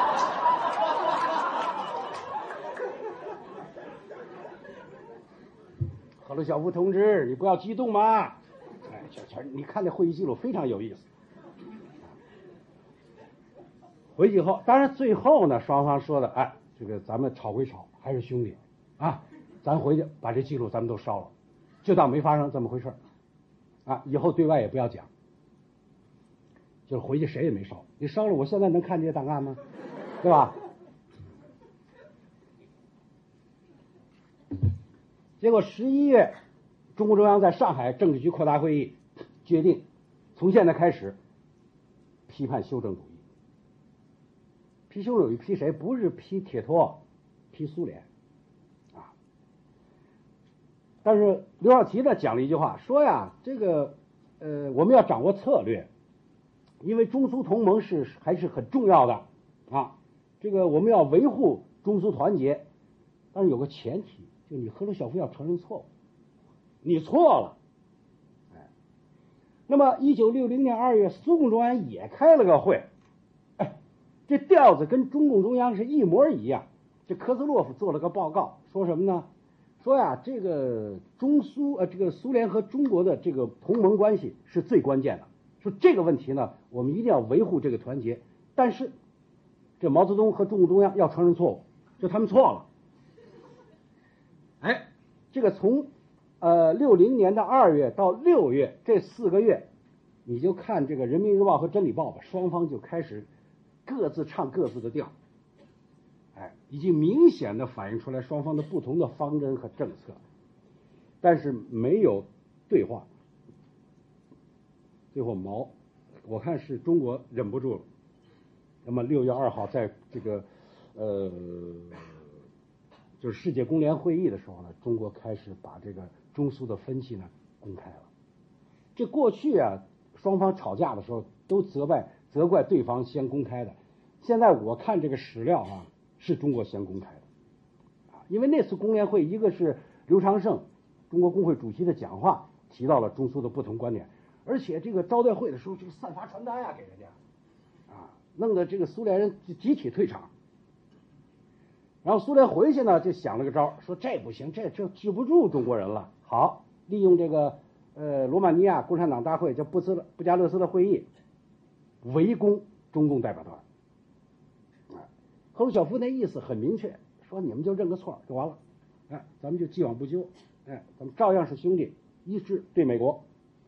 赫鲁晓夫同志，你不要激动嘛！哎，全全，你看那会议记录非常有意思。 回去以后，当然最后呢，双方说的，哎，这个咱们吵归吵，还是兄弟啊，咱回去把这记录咱们都烧了，就当没发生这么回事啊，以后对外也不要讲，就是回去谁也没烧，你烧了，我现在能看这些档案吗？对吧？结果十一月，中共中央在上海政治局扩大会议决定，从现在开始批判修正主义。批修正主义批谁？不是批铁托，批苏联啊。但是刘少奇呢讲了一句话，说呀，这个呃我们要掌握策略，因为中苏同盟是还是很重要的啊。这个我们要维护中苏团结，但是有个前提，就你赫鲁晓夫要承认错误，你错了。哎，那么一九六零年二月，苏共中央也开了个会，哎，这调子跟中共中央是一模一样。这科斯洛夫做了个报告，说什么呢？说呀，这个中苏呃，这个苏联和中国的这个同盟关系是最关键的。说这个问题呢，我们一定要维护这个团结，但是这毛泽东和中共中央要承认错误，就他们错了。哎，这个从呃六零年的二月到六月这四个月，你就看这个《人民日报》和《真理报》吧，双方就开始各自唱各自的调，哎，已经明显的反映出来双方的不同的方针和政策，但是没有对话。最后毛，我看是中国忍不住了。那么六月二号，在这个呃，就是世界工联会议的时候呢，中国开始把这个中苏的分歧呢公开了。这过去啊，双方吵架的时候都责怪责怪对方先公开的，现在我看这个史料啊，是中国先公开的，啊，因为那次工联会，一个是刘长胜，中国工会主席的讲话提到了中苏的不同观点。而且这个招待会的时候，就散发传单呀、啊、给人家，啊，弄得这个苏联人集体退场。然后苏联回去呢，就想了个招，说这不行，这这治不住中国人了。好，利用这个呃罗马尼亚共产党大会叫布斯布加勒斯的会议，围攻中共代表团。啊，赫鲁晓夫那意思很明确，说你们就认个错就完了，哎，咱们就既往不咎，哎，咱们照样是兄弟，一致对美国。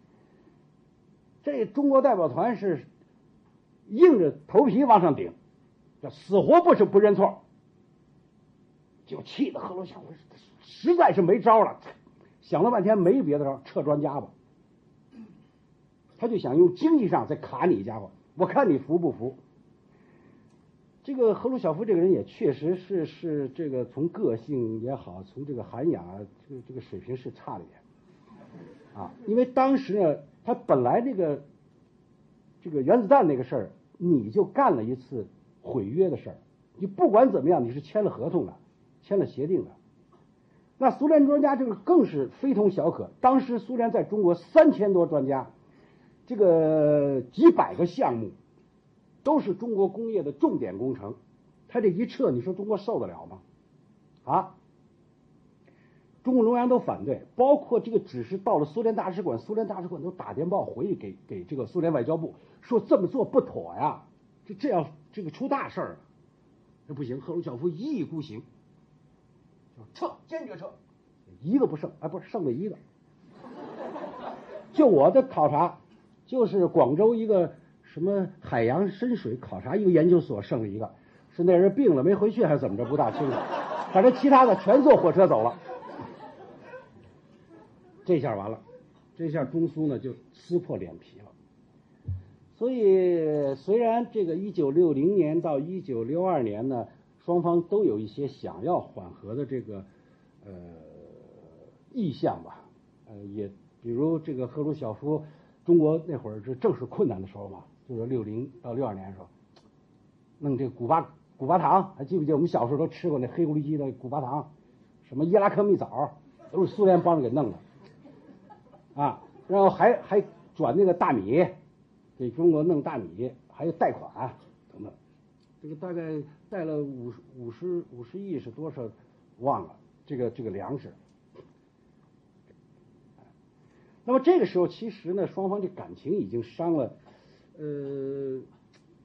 这中国代表团是硬着头皮往上顶，叫死活不是不认错，就气得赫鲁晓夫实在是没招了，想了半天没别的招，撤专家吧。他就想用经济上再卡你一家伙，我看你服不服。这个赫鲁晓夫这个人也确实是是这个从个性也好，从这个涵养啊，这个这个水平是差了一点啊，因为当时呢。他本来这个这个原子弹那个事儿，你就干了一次毁约的事儿，你不管怎么样，你是签了合同的，签了协定的。那苏联专家这个更是非同小可，当时苏联在中国三千多专家，这个几百个项目都是中国工业的重点工程，他这一撤，你说中国受得了吗？啊？中共中央都反对，包括这个指示到了苏联大使馆，苏联大使馆都打电报回给给这个苏联外交部，说这么做不妥呀，这这样这个出大事儿，这不行。赫鲁晓夫一意孤行，撤，坚决撤，一个不剩，哎，不是剩了一个。就我的考察，就是广州一个什么海洋深水考察一个研究所剩了一个，是那人病了没回去还是怎么着，不大清楚，反正其他的全坐火车走了。这下完了，这下中苏呢就撕破脸皮了。所以虽然这个一九六零年到一九六二年呢，双方都有一些想要缓和的这个呃意向吧，呃也比如这个赫鲁晓夫，中国那会儿是正是困难的时候嘛，就是六零到六二年的时候，弄这个古巴古巴糖，还记不记得我们小时候都吃过那黑咕噜鸡的古巴糖，什么伊拉克蜜枣，都是苏联帮着给弄的。啊，然后还还转那个大米，给中国弄大米，还有贷款等等，这个大概贷了五十五十五十亿是多少忘了，这个这个粮食。那么这个时候其实呢，双方这感情已经伤了，呃，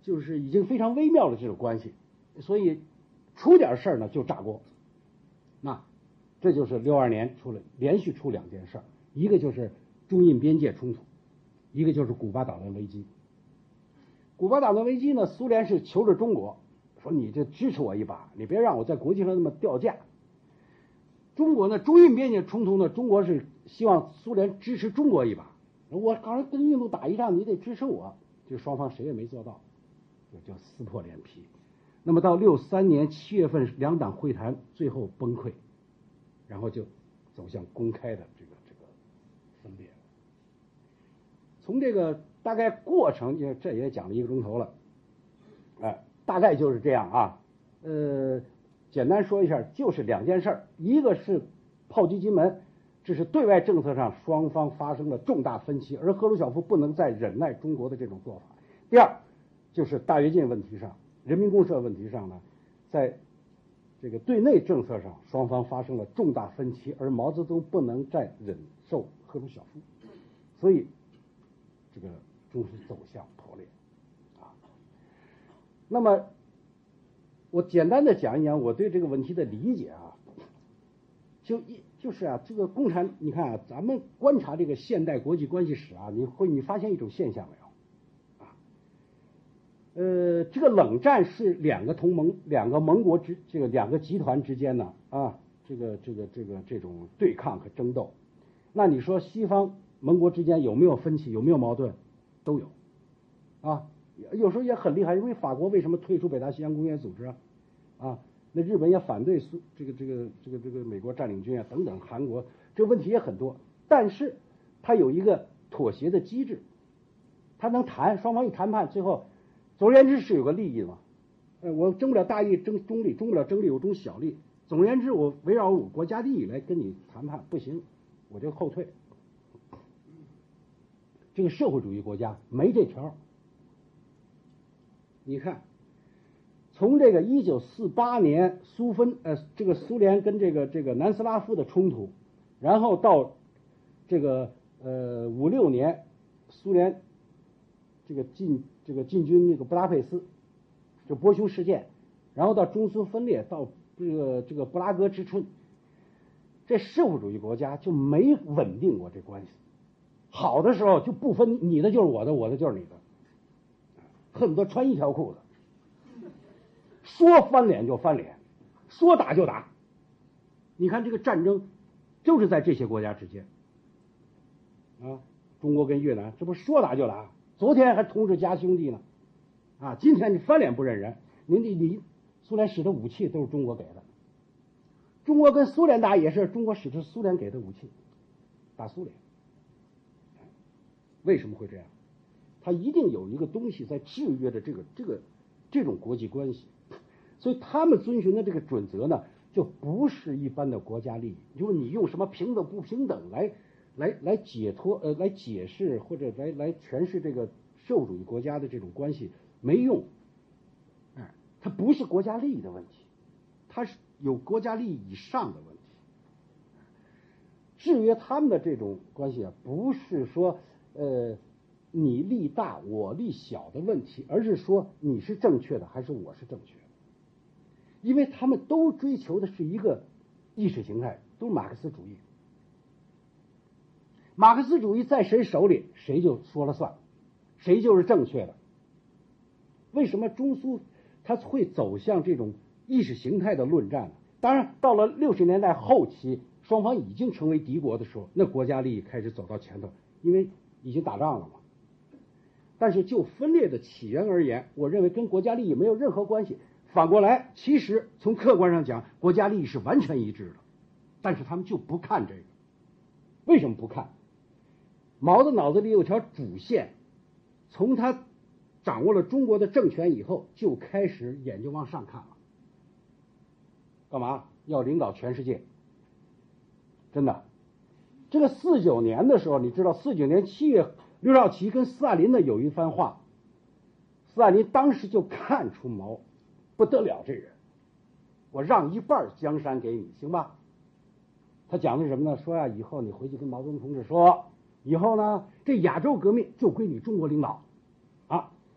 就是已经非常微妙的这种关系，所以出点事儿呢就炸锅。那这就是六二年出了连续出两件事儿，一个就是中印边界冲突，一个就是古巴导弹危机。古巴导弹危机呢，苏联是求着中国说你这支持我一把，你别让我在国际上那么掉价。中国呢，中印边界冲突呢，中国是希望苏联支持中国一把。我刚才跟印度打一仗，你得支持我，就双方谁也没做到，就叫撕破脸皮。那么到六三年七月份，两党会谈最后崩溃，然后就走向公开的这个这个分裂。从这个大概过程，因为这也讲了一个钟头了，哎，大概就是这样啊。呃，简单说一下，就是两件事儿，一个是炮击金门，这是对外政策上双方发生了重大分歧，而赫鲁晓夫不能再忍耐中国的这种做法。第二，就是大跃进问题上、人民公社问题上呢，在这个对内政策上双方发生了重大分歧，而毛泽东不能再忍受赫鲁晓夫，所以这个中苏走向破裂啊。那么我简单的讲一讲我对这个问题的理解啊，就一就是啊，这个共产，你看啊，咱们观察这个现代国际关系史啊，你会你发现一种现象没有？啊，呃，这个冷战是两个同盟、两个盟国之这个两个集团之间呢啊，这个这个这个这种对抗和争斗。那你说西方盟国之间有没有分歧？有没有矛盾？都有啊，有时候也很厉害。因为法国为什么退出北大西洋公约组织啊？啊，那日本也反对苏这个这个这个这个美国占领军啊等等，韩国这个问题也很多，但是它有一个妥协的机制，它能谈，双方一谈判，最后总而言之是有个利益嘛。呃，我争不了大利，争中利，争不了争利，我争小利。总而言之，我围绕我国家利益来跟你谈判，不行，我就后退。这个社会主义国家没这条。你看，从这个一九四八年苏分呃这个苏联跟这个这个南斯拉夫的冲突，然后到这个呃五六年苏联这个进这个进军那个布达佩斯，就波匈事件，然后到中苏分裂，到这个这个布拉格之春，这社会主义国家就没稳定过这关系。好的时候就不分你的就是我的，我的就是你的，恨不得穿一条裤子，说翻脸就翻脸，说打就打。你看这个战争就是在这些国家之间啊，中国跟越南这不说打就打，昨天还同是家兄弟呢啊，今天你翻脸不认人，你你你苏联使的武器都是中国给的，中国跟苏联打也是中国使的苏联给的武器打苏联。为什么会这样？它一定有一个东西在制约着这个这个这种国际关系，所以他们遵循的这个准则呢，就不是一般的国家利益。就是你用什么平等不平等来来来解脱呃来解释或者来来诠释这个社会主义国家的这种关系没用，哎，它不是国家利益的问题，它是有国家利益以上的问题。制约他们的这种关系啊，不是说呃，你利大我利小的问题，而是说你是正确的还是我是正确的，因为他们都追求的是一个意识形态，都是马克思主义。马克思主义在谁手里，谁就说了算，谁就是正确的。为什么中苏它会走向这种意识形态的论战呢？当然，到了六十年代后期，双方已经成为敌国的时候，那国家利益开始走到前头，因为已经打仗了嘛。但是就分裂的起源而言，我认为跟国家利益没有任何关系。反过来，其实从客观上讲，国家利益是完全一致的，但是他们就不看这个。为什么不看？毛的脑子里有条主线，从他掌握了中国的政权以后，就开始眼睛往上看了。干嘛？要领导全世界。真的，这个四九年的时候，你知道四九年七月，刘少奇跟斯大林呢有一番话，斯大林当时就看出毛不得了这人，我让一半江山给你，行吧？他讲的是什么呢？说呀、啊，以后你回去跟毛泽东同志说，以后呢这亚洲革命就归你中国领导，啊，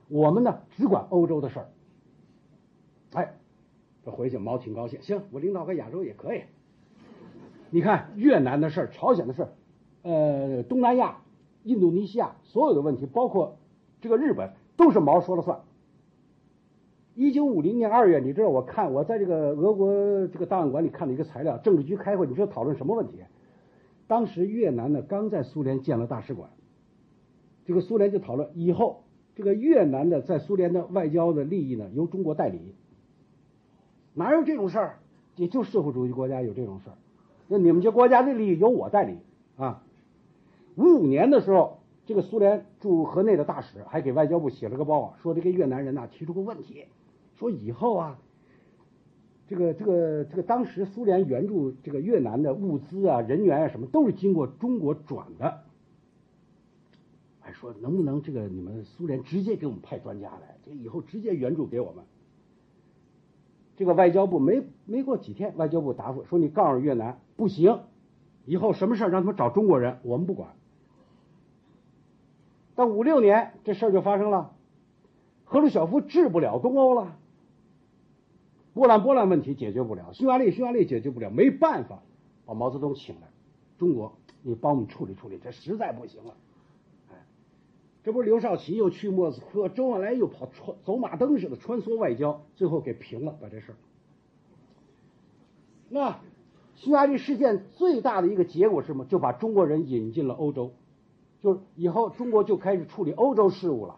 我们呢只管欧洲的事儿。哎，这回去毛挺高兴，行，我领导个亚洲也可以。你看越南的事儿、朝鲜的事儿，呃，东南亚、印度尼西亚所有的问题，包括这个日本，都是毛说了算。一九五零年二月，你知道我看我在这个俄国这个档案馆里看了一个材料，政治局开会，你知道讨论什么问题？当时越南呢刚在苏联建了大使馆，这个苏联就讨论以后这个越南的在苏联的外交的利益呢由中国代理。哪有这种事儿？也就社会主义国家有这种事儿。那你们这国家的利益由我代理啊。五五年的时候，这个苏联驻河内的大使还给外交部写了个报啊，说这个越南人呐、啊、提出个问题，说以后啊，这个这个这个当时苏联援助这个越南的物资啊、人员啊什么都是经过中国转的，还说能不能这个你们苏联直接给我们派专家来，这以后直接援助给我们。这个外交部没没过几天，外交部答复说你告诉越南不行，以后什么事让他们找中国人，我们不管。到五六年这事儿就发生了，赫鲁晓夫治不了东欧了，波兰波兰问题解决不了，匈牙利匈牙利解决不了，没办法把毛泽东请来，中国你帮我们处理处理，这实在不行了。哎，这不是刘少奇又去莫斯科，周恩来又跑穿走马灯似的穿梭外交，最后给平了把这事儿。那匈牙利事件最大的一个结果是什么？就把中国人引进了欧洲，就是以后中国就开始处理欧洲事务了。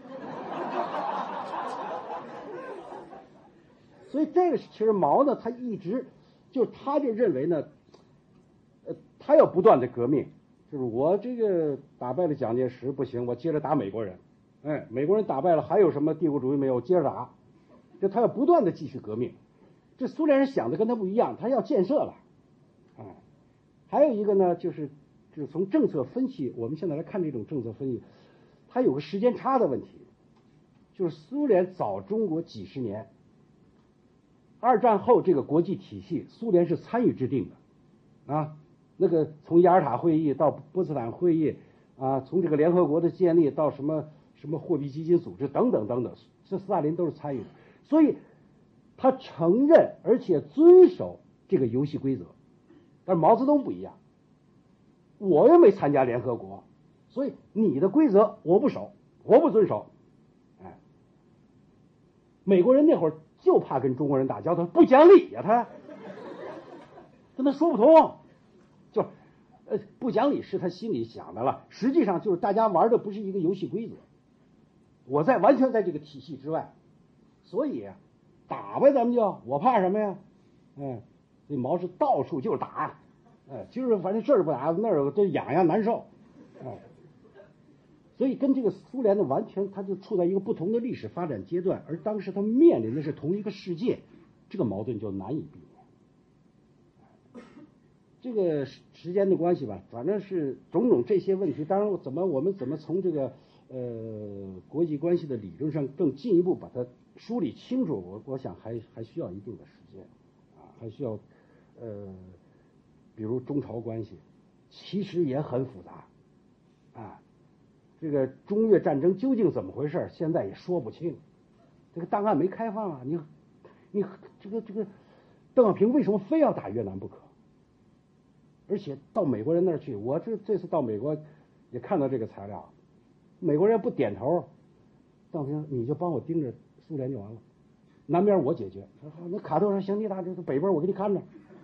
所以这个其实毛呢，他一直就他就认为呢，呃，他要不断的革命，就是我这个打败了蒋介石不行，我接着打美国人，哎，美国人打败了，还有什么帝国主义没有？接着打，就他要不断的继续革命。这苏联人想的跟他不一样，他要建设了，哎，还有一个呢，就是就是从政策分析，我们现在来看这种政策分析，它有个时间差的问题，就是苏联早中国几十年。二战后这个国际体系，苏联是参与制定的，啊，那个从雅尔塔会议到波茨坦会议，啊，从这个联合国的建立到什么什么货币基金组织等等等等，这斯大林都是参与的，所以他承认而且遵守这个游戏规则。但是毛泽东不一样，我又没参加联合国，所以你的规则我不守，我不遵守。哎，美国人那会儿就怕跟中国人打交道，不讲理呀、啊，他跟他说不通，就呃不讲理是他心里想的了，实际上就是大家玩的不是一个游戏规则，我在完全在这个体系之外，所以打呗，咱们就我怕什么呀？嗯，这毛是到处就是打，哎，就是反正这儿不打那儿这痒痒难受，哎。所以跟这个苏联的完全，它就处在一个不同的历史发展阶段，而当时它面临的是同一个世界，这个矛盾就难以避免。这个时间的关系吧，反正是种种这些问题，当然怎么我们怎么从这个呃国际关系的理论上更进一步把它梳理清楚，我我想还还需要一定的时间啊，还需要呃，比如中朝关系，其实也很复杂啊。这个中越战争究竟怎么回事？现在也说不清。这个档案没开放啊！你，你这个这个，邓小平为什么非要打越南不可？而且到美国人那儿去，我这这次到美国也看到这个材料，美国人不点头，邓小平你就帮我盯着苏联就完了，南边我解决。那卡特说行，你打这北边我给你看着。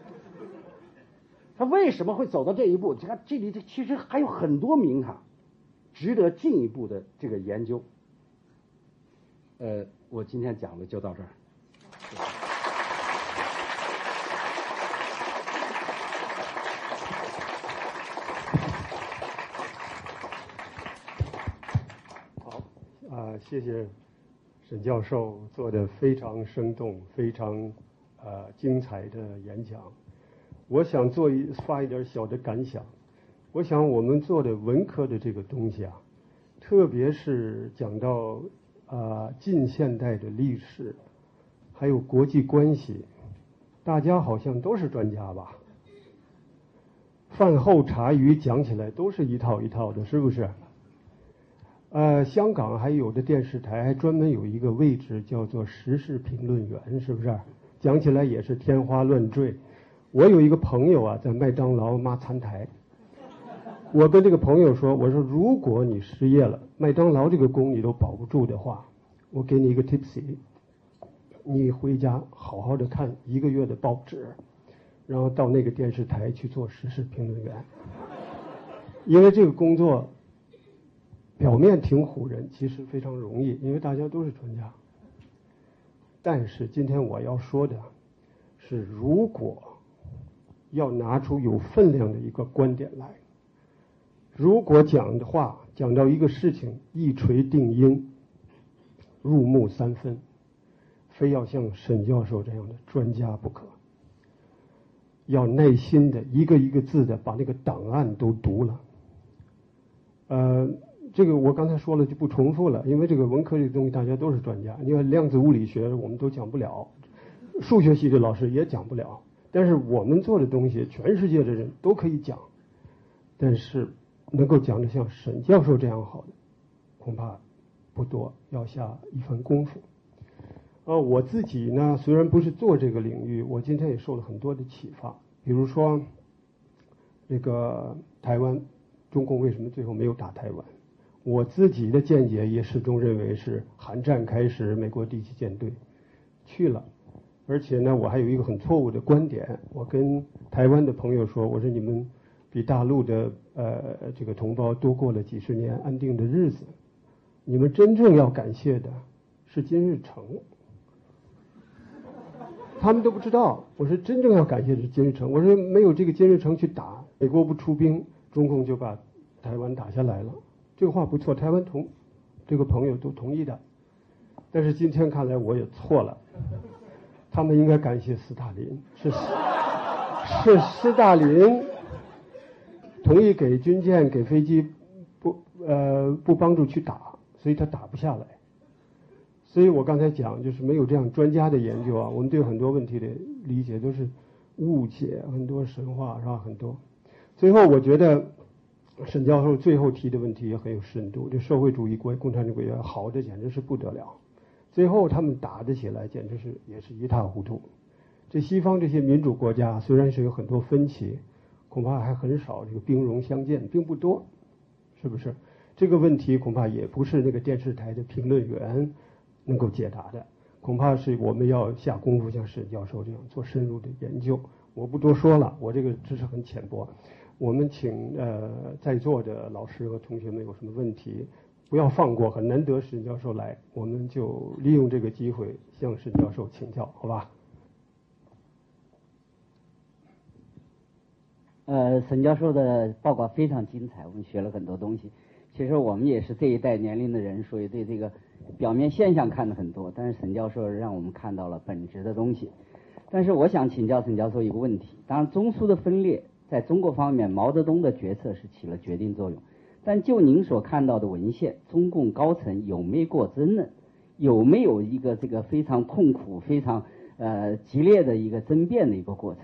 他为什么会走到这一步？你看这里这其实还有很多名堂。值得进一步的这个研究。呃，我今天讲的就到这儿。 好啊、呃，谢谢沈教授做的非常生动、非常呃精彩的演讲。我想做一发一点小的感想。我想我们做的文科的这个东西啊，特别是讲到啊、呃、近现代的历史，还有国际关系，大家好像都是专家吧？饭后茶余讲起来都是一套一套的，是不是？ 呃，香港还有的电视台还专门有一个位置叫做时事评论员，是不是？讲起来也是天花乱坠。我有一个朋友啊，在麦当劳骂餐台。我跟这个朋友说，我说如果你失业了，麦当劳这个工你都保不住的话，我给你一个 tips， 你回家好好的看一个月的报纸，然后到那个电视台去做时事评论员。因为这个工作表面挺唬人，其实非常容易，因为大家都是专家。但是今天我要说的是，如果要拿出有分量的一个观点来，如果讲的话讲到一个事情一锤定音，入木三分，非要像沈教授这样的专家不可，要耐心的一个一个字的把那个档案都读了。呃，这个我刚才说了就不重复了，因为这个文科这个东西大家都是专家。你看量子物理学我们都讲不了，数学系的老师也讲不了，但是我们做的东西全世界的人都可以讲，但是能够讲得像沈教授这样好的恐怕不多，要下一番功夫。呃，我自己呢虽然不是做这个领域，我今天也受了很多的启发。比如说这个台湾，中共为什么最后没有打台湾？我自己的见解也始终认为是韩战开始，美国第七舰队去了，而且呢，我还有一个很错误的观点。我跟台湾的朋友说，我说你们比大陆的呃这个同胞多过了几十年安定的日子，你们真正要感谢的是金日成。他们都不知道，我说真正要感谢的是金日成。我说没有这个金日成去打，美国不出兵，中共就把台湾打下来了。这个话不错，台湾同这个朋友都同意的。但是今天看来我也错了，他们应该感谢斯大林，是是斯大林同意给军舰给飞机不呃不帮助去打，所以他打不下来。所以我刚才讲，就是没有这样专家的研究啊，我们对很多问题的理解都是误解，很多神话是吧？很多。最后我觉得沈教授最后提的问题也很有深度，这社会主义国共产主义国家好的简直是不得了，最后他们打得起来简直是也是一塌糊涂。这西方这些民主国家虽然是有很多分歧，恐怕还很少这个兵戎相见，并不多，是不是？这个问题恐怕也不是那个电视台的评论员能够解答的，恐怕是我们要下功夫像沈教授这样做深入的研究。我不多说了，我这个知识很浅薄。我们请呃在座的老师和同学们有什么问题，不要放过，很难得沈教授来，我们就利用这个机会向沈教授请教，好吧？ 呃，沈教授的报告非常精彩，我们学了很多东西。其实我们也是这一代年龄的人，所以对这个表面现象看得很多，但是沈教授让我们看到了本质的东西。但是我想请教沈教授一个问题，当然中苏的分裂在中国方面，毛泽东的决策是起了决定作用，但就您所看到的文献，中共高层有没有过争论，有没有一个这个非常痛苦、非常呃激烈的一个争辩的一个过程？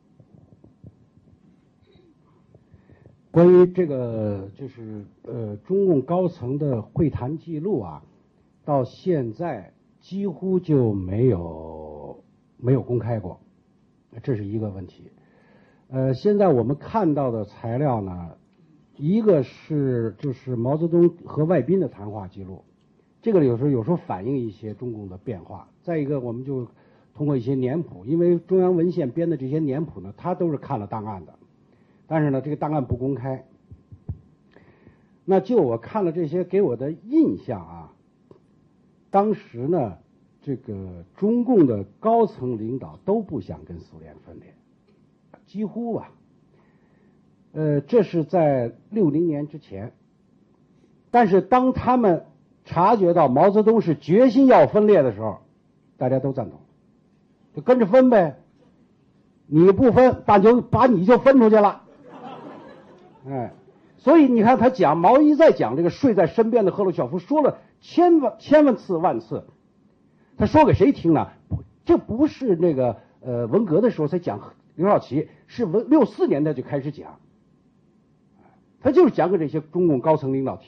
关于这个就是呃中共高层的会谈记录啊，到现在几乎就没有没有公开过，这是一个问题。呃，现在我们看到的材料呢，一个是就是毛泽东和外宾的谈话记录，这个有时候有时候反映一些中共的变化。再一个，我们就通过一些年谱，因为中央文献编的这些年谱呢，他都是看了档案的。但是呢，这个档案不公开。那就我看了这些，给我的印象啊，当时呢，这个中共的高层领导都不想跟苏联分裂，几乎啊，呃，这是在六零年之前。但是当他们察觉到毛泽东是决心要分裂的时候，大家都赞同，就跟着分呗。你不分，把就把你就分出去了。哎，所以你看他讲，毛一再讲这个睡在身边的赫鲁晓夫，说了千万千万次万次。他说给谁听呢？这不是那个呃文革的时候才讲刘少奇，是文六四年代就开始讲。他就是讲给这些中共高层领导听了，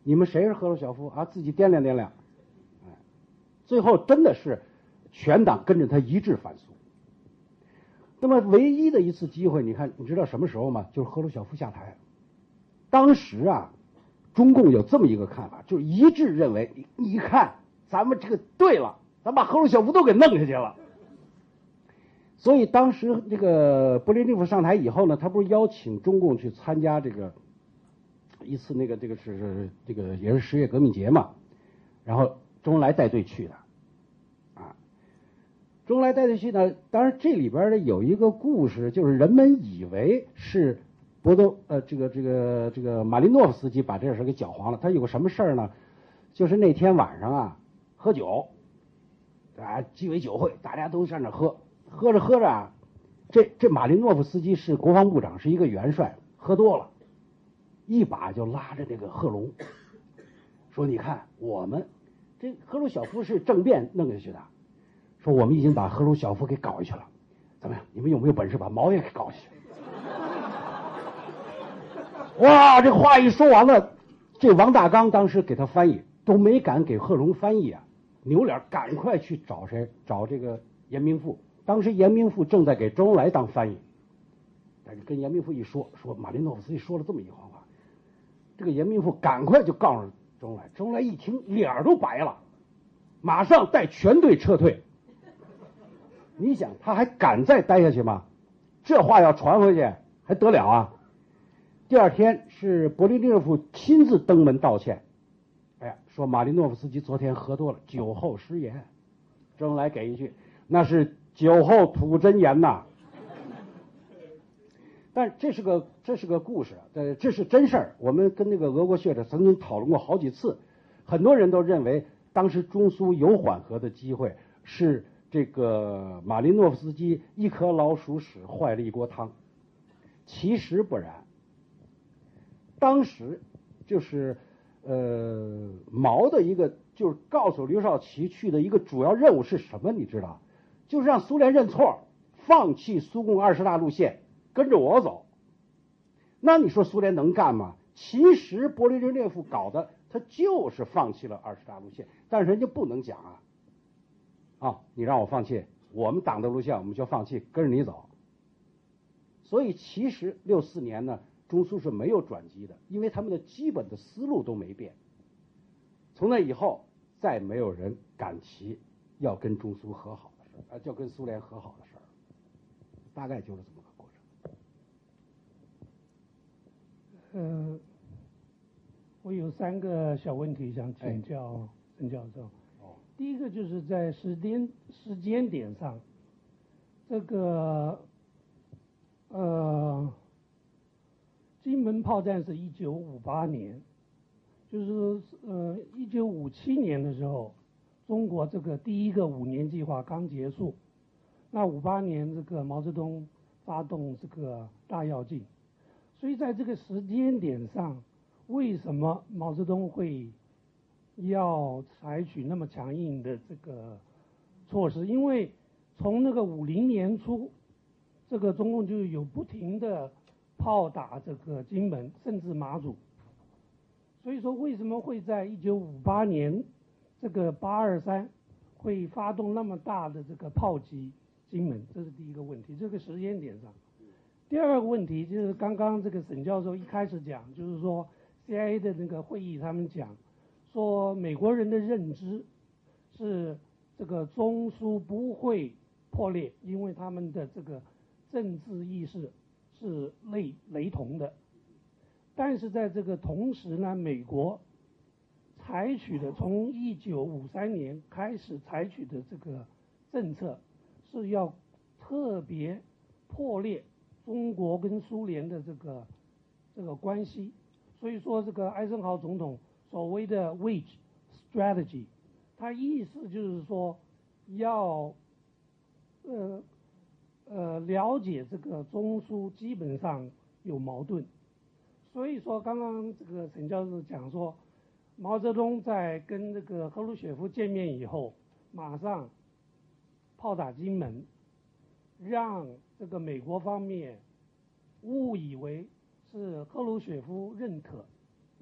你们谁是赫鲁晓夫啊？自己掂量掂量。哎，最后真的是全党跟着他一致反苏。那么唯一的一次机会，你看，你知道什么时候吗？就是赫鲁晓夫下台。当时啊，中共有这么一个看法，就是一致认为，你你看咱们这个对了，咱把赫鲁晓夫都给弄下去了。所以当时这个勃列日涅夫上台以后呢，他不是邀请中共去参加这个一次那个这个是是这个也是十月革命节嘛，然后周恩来带队去的，啊，周恩来带队去呢，当然这里边呢有一个故事，就是人们以为是博多呃这个这个这个马林诺夫斯基把这事给搅黄了。他有个什么事儿呢？就是那天晚上啊喝酒，啊鸡尾酒会，大家都上那喝。喝着喝着啊，这这马林诺夫斯基是国防部长，是一个元帅，喝多了，一把就拉着这个贺龙，说：“你看，我们这赫鲁晓夫是政变弄下去的，说我们已经把赫鲁晓夫给搞下去了，怎么样？你们有没有本事把毛也给搞下去？”哇，这话一说完了，这王大刚当时给他翻译，都没敢给贺龙翻译啊，扭脸赶快去找谁？找这个严明富。当时严明富正在给周恩来当翻译，但是跟严明富一说，说马林诺夫斯基说了这么一番话，这个严明富赶快就告诉周恩来，周恩来一听脸都白了，马上带全队撤退。你想他还敢再待下去吗？这话要传回去还得了啊？第二天是勃列日涅夫亲自登门道歉，哎呀，说马林诺夫斯基昨天喝多了，酒后失言。周恩来给一句，那是酒后吐真言呐。但这是个这是个故事，呃，这是真事儿。我们跟那个俄国学者曾经讨论过好几次，很多人都认为当时中苏有缓和的机会，是这个马林诺夫斯基一颗老鼠屎坏了一锅汤。其实不然，当时就是呃毛的一个就是告诉刘少奇去的一个主要任务是什么？你知道？就是让苏联认错，放弃苏共二十大路线，跟着我走。那你说苏联能干吗？其实勃列日涅夫搞的，他就是放弃了二十大路线，但是人家不能讲啊，啊，你让我放弃，我们党的路线我们就放弃，跟着你走。所以其实六四年呢，中苏是没有转机的，因为他们的基本的思路都没变。从那以后，再没有人敢提要跟中苏和好。啊，就跟苏联和好的事儿，大概就是这么个过程。呃，我有三个小问题想请教陈教授。 哦， 第一个就是在时间时间点上，这个呃，金门炮战是一九五八年，就是呃一九五七年的时候。中国这个第一个五年计划刚结束，那五八年这个毛泽东发动这个大跃进，所以在这个时间点上，为什么毛泽东会要采取那么强硬的这个措施？因为从那个五零年初，这个中共就有不停的炮打这个金门，甚至马祖，所以说为什么会在一九五八年？这个八二三会发动那么大的这个炮击金门，这是第一个问题，这个时间点上。第二个问题就是刚刚这个沈教授一开始讲，就是说 C I A 的那个会议，他们讲说美国人的认知是这个中苏不会破裂，因为他们的这个政治意识是类雷同的。但是在这个同时呢，美国采取的从一九五三年开始采取的这个政策是要特别破裂中国跟苏联的这个这个关系，所以说这个艾森豪总统所谓的 wedge strategy， 他意思就是说要呃呃了解这个中苏基本上有矛盾，所以说刚刚这个沈教授讲说。毛泽东在跟这个赫鲁雪夫见面以后，马上炮打金门，让这个美国方面误以为是赫鲁雪夫认可，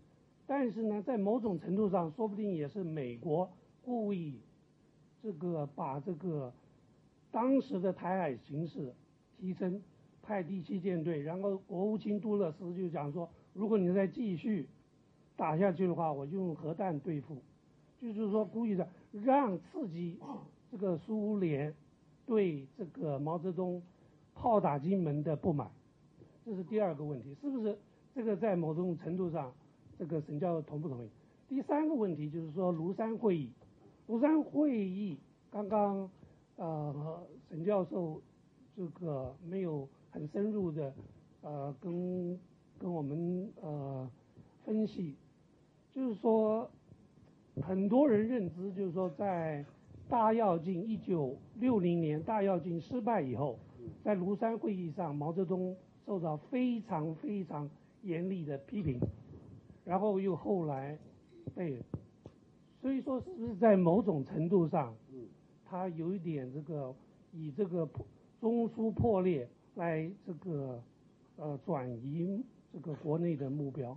但是呢，在某种程度上，说不定也是美国故意这个把这个当时的台海形势提升，派第七舰队，然后国务卿杜勒斯就讲说，如果你再继续打下去的话，我就用核弹对付，就是说故意的让刺激这个苏联对这个毛泽东炮打金门的不满。这是第二个问题，是不是这个在某种程度上，这个沈教授同不同意？第三个问题就是说庐山会议，庐山会议刚刚呃沈教授这个没有很深入的呃跟跟我们呃分析，就是说很多人认知就是说在大跃进一九六零年大跃进失败以后，在庐山会议上毛泽东受到非常非常严厉的批评，然后又后来被，所以说是不是在某种程度上，他有一点这个以这个中苏破裂来这个呃转移这个国内的目标？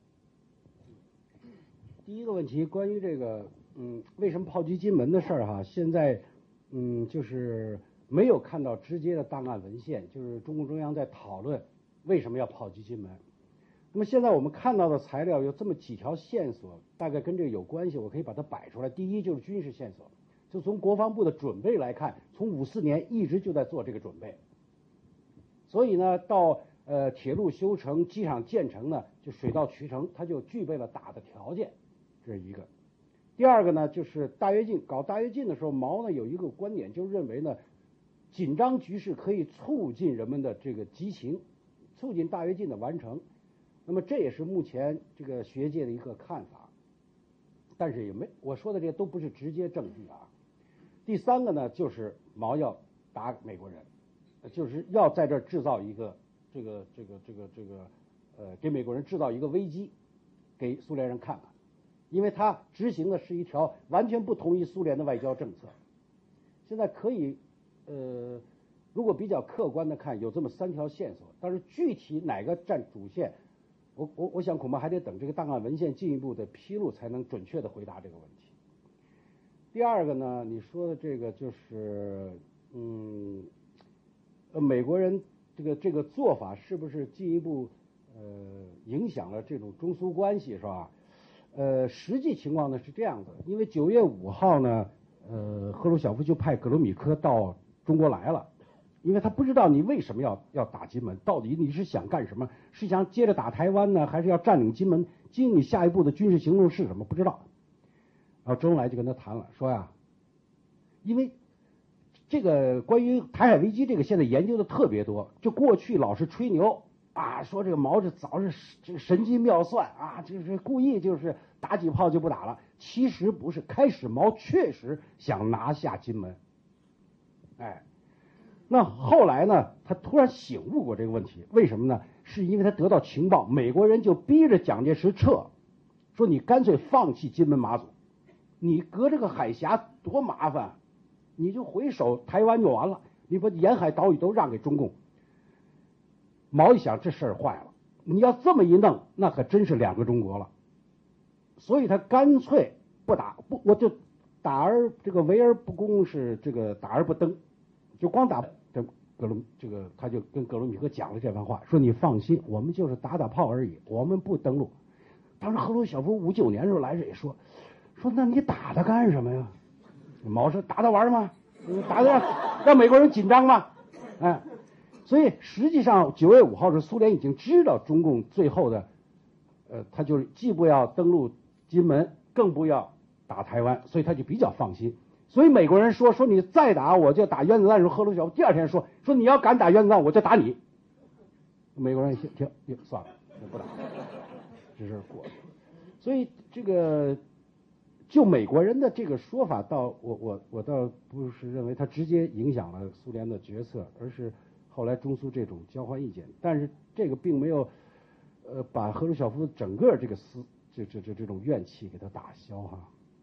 第一个问题关于这个嗯为什么炮击金门的事儿哈，现在嗯就是没有看到直接的档案文献，就是中共中央在讨论为什么要炮击金门。那么现在我们看到的材料有这么几条线索，大概跟这个有关系，我可以把它摆出来。第一就是军事线索，就从国防部的准备来看，从五四年一直就在做这个准备，所以呢，到呃铁路修成、机场建成呢，就水到渠成，它就具备了打的条件，这是一个。第二个呢，就是大跃进，搞大跃进的时候，毛呢有一个观点，就认为呢，紧张局势可以促进人们的这个激情，促进大跃进的完成。那么这也是目前这个学界的一个看法，但是也没我说的这些都不是直接证据啊。第三个呢，就是毛要打美国人，就是要在这儿制造一个这个这个这个这个呃给美国人制造一个危机，给苏联人看看，因为他执行的是一条完全不同于苏联的外交政策。现在可以呃如果比较客观的看，有这么三条线索，但是具体哪个占主线，我我我想恐怕还得等这个档案文献进一步的披露，才能准确的回答这个问题。第二个呢，你说的这个就是嗯，呃，美国人这个这个做法是不是进一步呃影响了这种中苏关系，是吧？呃，实际情况呢是这样的，因为九月五号呢，呃，赫鲁晓夫就派格鲁米科到中国来了。因为他不知道你为什么要要打金门，到底你是想干什么？是想接着打台湾呢，还是要占领金门？今你下一步的军事行动是什么？不知道。然后周恩来就跟他谈了，说呀，因为这个关于台海危机这个现在研究的特别多，就过去老是吹牛啊，说这个毛这早是这个神机妙算啊，就是故意就是打几炮就不打了。其实不是，开始毛确实想拿下金门，哎。那后来呢，他突然醒悟过这个问题，为什么呢？是因为他得到情报，美国人就逼着蒋介石撤，说你干脆放弃金门马祖，你隔这个海峡多麻烦，你就回守台湾就完了，你把沿海岛屿都让给中共。毛一想，这事儿坏了，你要这么一弄，那可真是两个中国了，所以他干脆不打，不我就打而这个围而不攻，是这个打而不登。就光打这格鲁这个，他就跟格鲁米克讲了这番话，说你放心，我们就是打打炮而已，我们不登陆。当时赫鲁晓夫五九年的时候来这也说，说那你打他干什么呀？毛说打他玩吗？打他让让美国人紧张吗？哎，所以实际上九月五号是苏联已经知道中共最后的，呃，他就是既不要登陆金门，更不要打台湾，所以他就比较放心。所以美国人说说你再打我就打原子弹的时候，赫鲁晓夫第二天说说你要敢打原子弹我就打你。美国人一听听算了，不打，这事过了。所以这个就美国人的这个说法，倒我我我倒不是认为它直接影响了苏联的决策，而是后来中苏这种交换意见。但是这个并没有呃把赫鲁晓夫整个这个思这这这这种怨气给他打消哈。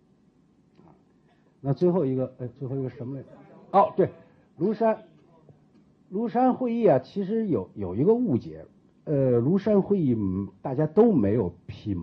那最后一个，哎，最后一个什么来着？哦，对，庐山，庐山会议啊，其实有有一个误解，呃，庐山会议大家都没有批毛，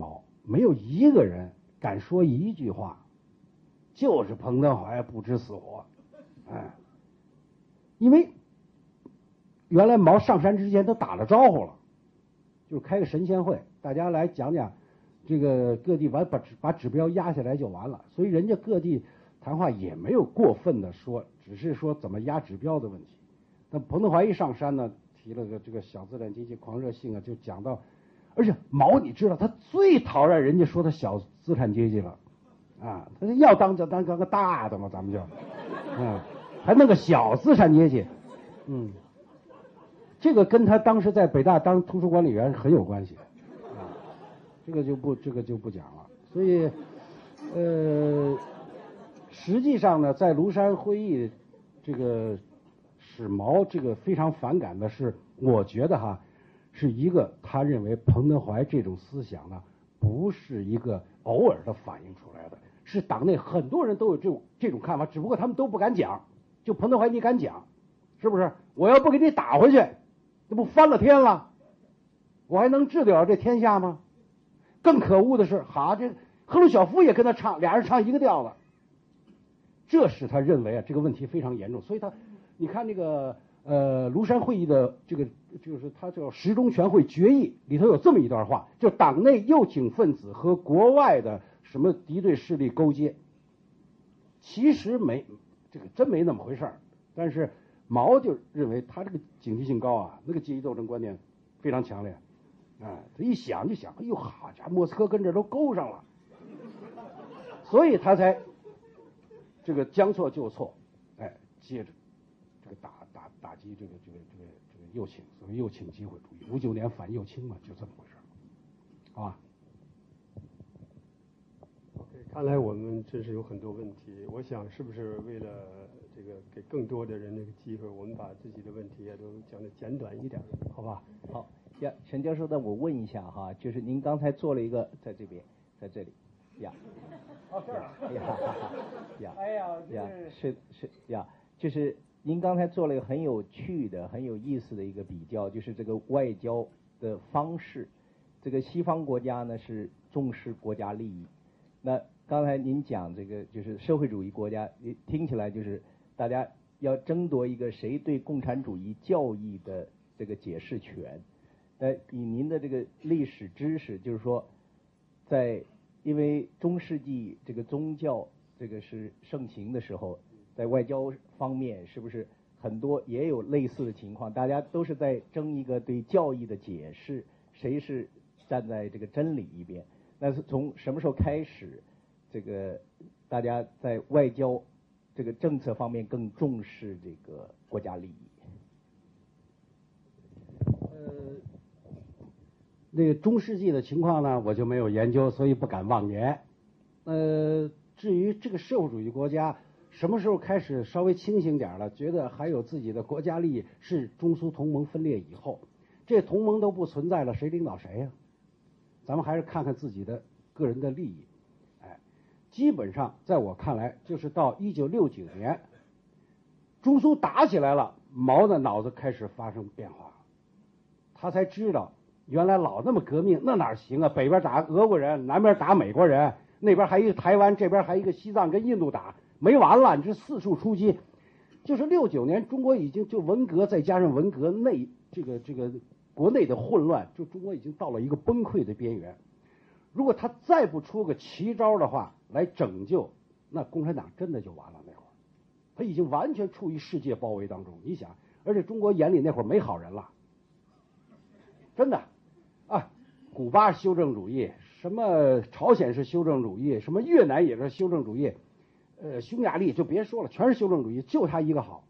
没有一个人敢说一句话，就是彭德怀不知死活，哎，因为原来毛上山之前都打了招呼了，就是开个神仙会，大家来讲讲这个各地完把把指标压下来就完了，所以人家各地谈话也没有过分的说，只是说怎么压指标的问题。那彭德怀一上山呢，提了个这个小资产阶级狂热性啊，就讲到，而且毛你知道他最讨厌人家说他小资产阶级了，啊，他要当就当当个大的嘛，咱们就，嗯，还弄个小资产阶级，嗯，这个跟他当时在北大当图书管理员很有关系，啊，这个就不这个就不讲了。所以，呃，实际上呢，在庐山会议这个。使毛这个非常反感的是，我觉得哈，是一个他认为彭德怀这种思想呢，不是一个偶尔的反映出来的，是党内很多人都有这种这种看法，只不过他们都不敢讲。就彭德怀你敢讲，是不是？我要不给你打回去，那不翻了天了？我还能治得了这天下吗？更可恶的是，哈，这赫鲁晓夫也跟他唱，俩人唱一个调子，这使他认为啊这个问题非常严重，所以他。你看那个呃庐山会议的这个就是他叫十中全会决议里头有这么一段话，就党内右倾分子和国外的什么敌对势力勾结，其实没这个真没那么回事儿，但是毛就认为他这个警惕性高啊，那个阶级斗争观念非常强烈，哎，他一想就想，哎呦好家伙，莫斯科跟这都勾上了，所以他才这个将错就错，哎，接着。这个打打打击这个这个这个这个右倾，所谓右倾机会主义，五九年反右倾嘛，就这么回事，好吧 ？OK， 看来我们真是有很多问题。我想是不是为了这个给更多的人这个机会，我们把自己的问题也都讲的简短一点，好吧？ 好呀，陈教授，那我问一下哈，就是您刚才做了一个在这边，在这里呀， 哦这儿呀呀， 哎呀呀是是呀，就是。您刚才做了一个很有趣的、很有意思的一个比较，就是这个外交的方式。这个西方国家呢是重视国家利益，那刚才您讲这个就是社会主义国家，听起来就是大家要争夺一个谁对共产主义教义的这个解释权。那以您的这个历史知识，就是说，在因为中世纪这个宗教这个是盛行的时候。在外交方面，是不是很多也有类似的情况？大家都是在争一个对教义的解释，谁是站在这个真理一边？那是从什么时候开始，这个大家在外交这个政策方面更重视这个国家利益？ 呃，那个中世纪的情况呢，我就没有研究，所以不敢妄言。呃，至于这个社会主义国家。什么时候开始稍微清醒点了？觉得还有自己的国家利益，是中苏同盟分裂以后，这同盟都不存在了，谁领导谁呀、啊？咱们还是看看自己的个人的利益。哎，基本上在我看来，就是到一九六九年，中苏打起来了，毛的脑子开始发生变化，他才知道原来老那么革命那哪行啊？北边打俄国人，南边打美国人，那边还一个台湾，这边还一个西藏跟印度打。没完了，你这四处出击，就是六九年，中国已经就文革再加上文革内这个这个国内的混乱，就中国已经到了一个崩溃的边缘。如果他再不出个奇招的话来拯救，那共产党真的就完了。那会儿他已经完全处于世界包围当中。你想，而且中国眼里那会儿没好人了，真的啊，古巴是修正主义，什么朝鲜是修正主义，什么越南也是修正主义。呃，匈牙利就别说了，全是修正主义，就他一个好。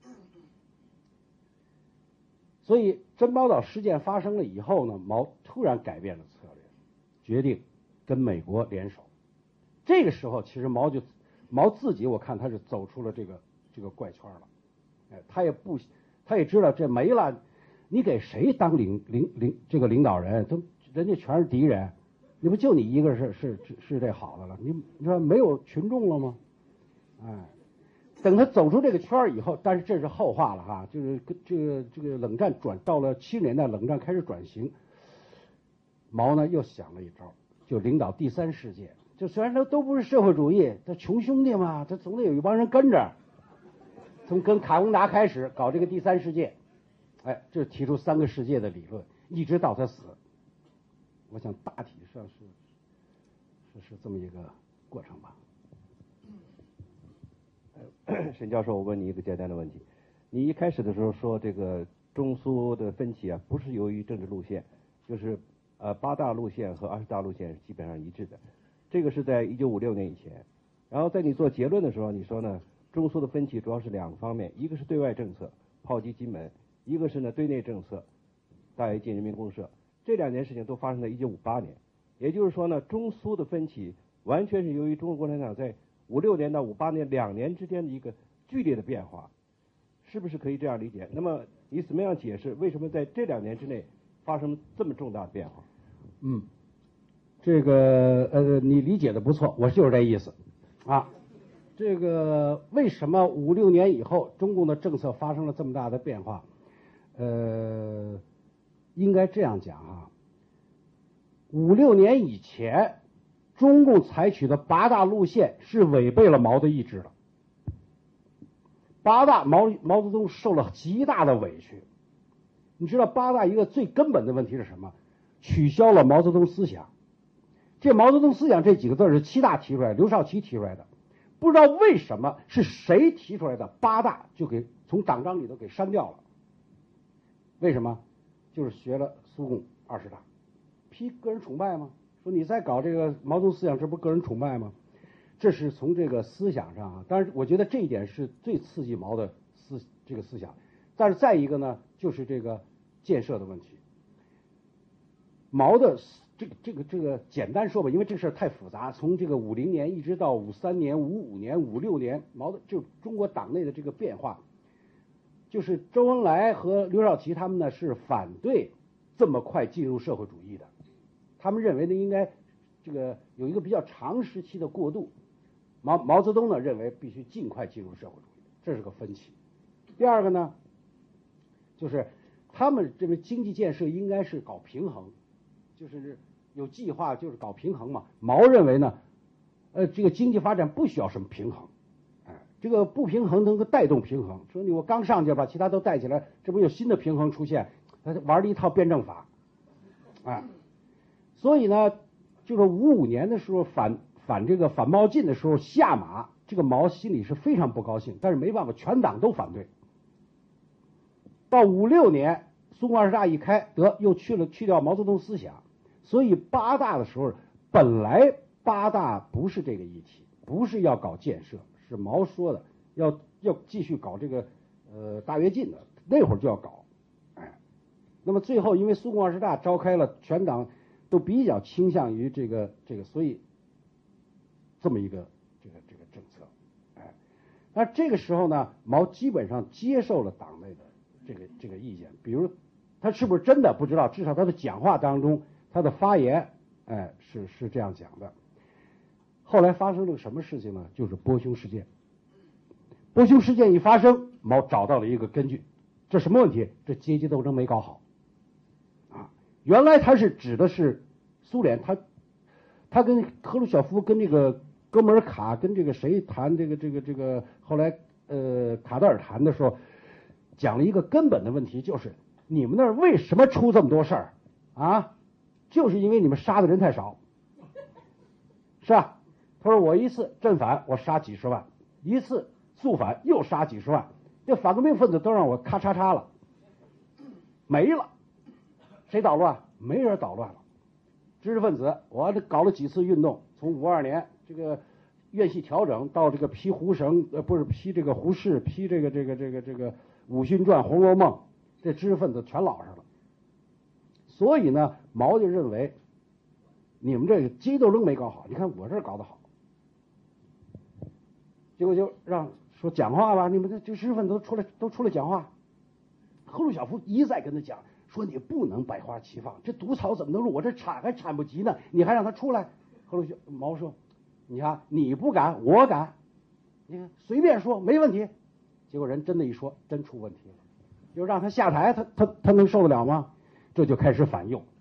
所以珍宝岛事件发生了以后呢，毛突然改变了策略，决定跟美国联手。这个时候，其实毛就毛自己，我看他是走出了这个这个怪圈了。哎，他也不，他也知道这没了，你给谁当领领领这个领导人，都人家全是敌人，你不就你一个是是是是这好的了？你你说没有群众了吗？哎，等他走出这个圈以后，但是这是后话了哈，就是这个这个冷战转到了七十年代，冷战开始转型，毛呢又想了一招， 就领导第三世界。就虽然都都不是社会主义，这穷兄弟嘛，他总得有一帮人跟着。从跟卡翁达开始搞这个第三世界，哎，这提出三个世界的理论，一直到他死。我想大体上是是是这么一个过程吧。 沈教授，我问你一个简单的问题：你一开始的时候说这个中苏的分歧啊，不是由于政治路线，就是呃八大路线和二十大路线是基本上一致的。这个是在一九五六年以前。然后在你做结论的时候，你说呢，中苏的分歧主要是两个方面，一个是对外政策，炮击金门；一个是呢对内政策，大跃进人民公社。这两件事情都发生在一九五八年，也就是说呢，中苏的分歧完全是由于中国共产党在五六年到五八年两年之间的一个剧烈的变化，是不是可以这样理解？那么你怎么样解释为什么在这两年之内发生这么重大的变化？ 嗯，这个呃，你理解的不错，我就是这意思啊。这个为什么五六年以后中共的政策发生了这么大的变化？呃，应该这样讲啊，五六年以前，中共采取的八大路线是违背了毛的意志的。八大毛毛泽东受了极大的委屈。你知道八大一个最根本的问题是什么？取消了毛泽东思想。这毛泽东思想这几个字是七大提出来，刘少奇提出来的。不知道为什么是谁提出来的，八大就给从党章里头给删掉了。为什么？就是学了苏共二十大，批个人崇拜吗？说你在搞这个毛泽东思想，这不是个人崇拜吗？这是从这个思想上啊，当然我觉得这一点是最刺激毛的思这个思想。但是再一个呢，就是这个建设的问题。毛的这个这个这个简单说吧，因为这个事儿太复杂，从这个五零年一直到五三年、五五年、五六年，毛的就中国党内的这个变化，就是周恩来和刘少奇他们呢是反对这么快进入社会主义的，他们认为呢应该这个有一个比较长时期的过渡。毛毛泽东呢认为必须尽快进入社会主义，这是个分歧。第二个呢，就是他们认为经济建设应该是搞平衡，就是有计划，就是搞平衡嘛。毛认为呢，呃，这个经济发展不需要什么平衡，哎，这个不平衡能够带动平衡。说你我刚上去把其他都带起来，这不有新的平衡出现？他玩了一套辩证法，哎，所以呢，就是五五年的时候反反这个反冒进的时候下马，这个毛心里是非常不高兴，但是没办法，全党都反对。到五六年，苏共二十大一开，得又去了去掉毛泽东思想，所以八大的时候，本来八大不是这个议题，不是要搞建设，是毛说的，要要继续搞这个呃大跃进的，那会儿就要搞，哎，那么最后因为苏共二十大召开了，全党都比较倾向于这个这个，所以这么一个这个这个政策，哎，那这个时候呢，毛基本上接受了党内的这个这个意见，比如他是不是真的不知道，至少他的讲话当中，他的发言，哎，是是这样讲的。后来发生了什么事情呢？就是波匈事件。波匈事件一发生，毛找到了一个根据，这什么问题？这阶级斗争没搞好啊！原来他是指的是苏联，他他跟赫鲁晓夫跟这个哥们尔卡跟这个谁谈这个这个这个，后来呃卡德尔谈的时候，讲了一个根本的问题，就是你们那儿为什么出这么多事儿啊？就是因为你们杀的人太少，是吧？他说我一次镇反我杀几十万，一次肃反又杀几十万，这反革命分子都让我咔嚓嚓了，没了。谁捣乱？没人捣乱了。知识分子，我搞了几次运动，从五二年这个院系调整到这个批胡绳，呃，不是批这个胡适，批这个这个这个这个《武训传》《红楼梦》，这知识分子全老实了。所以呢，毛就认为你们这个阶级斗争没搞好，你看我这儿搞得好，结果就让说讲话吧，你们这这知识分子都出来都出来讲话。赫鲁晓夫一再跟他讲说你不能百花齐放，这毒草怎么能入？我这产还产不及呢，你还让他出来？赫鲁晓毛说，你看你不敢，我敢，你看随便说没问题。结果人真的一说，真出问题了，就让他下台，他他他能受得了吗？这就开始反右。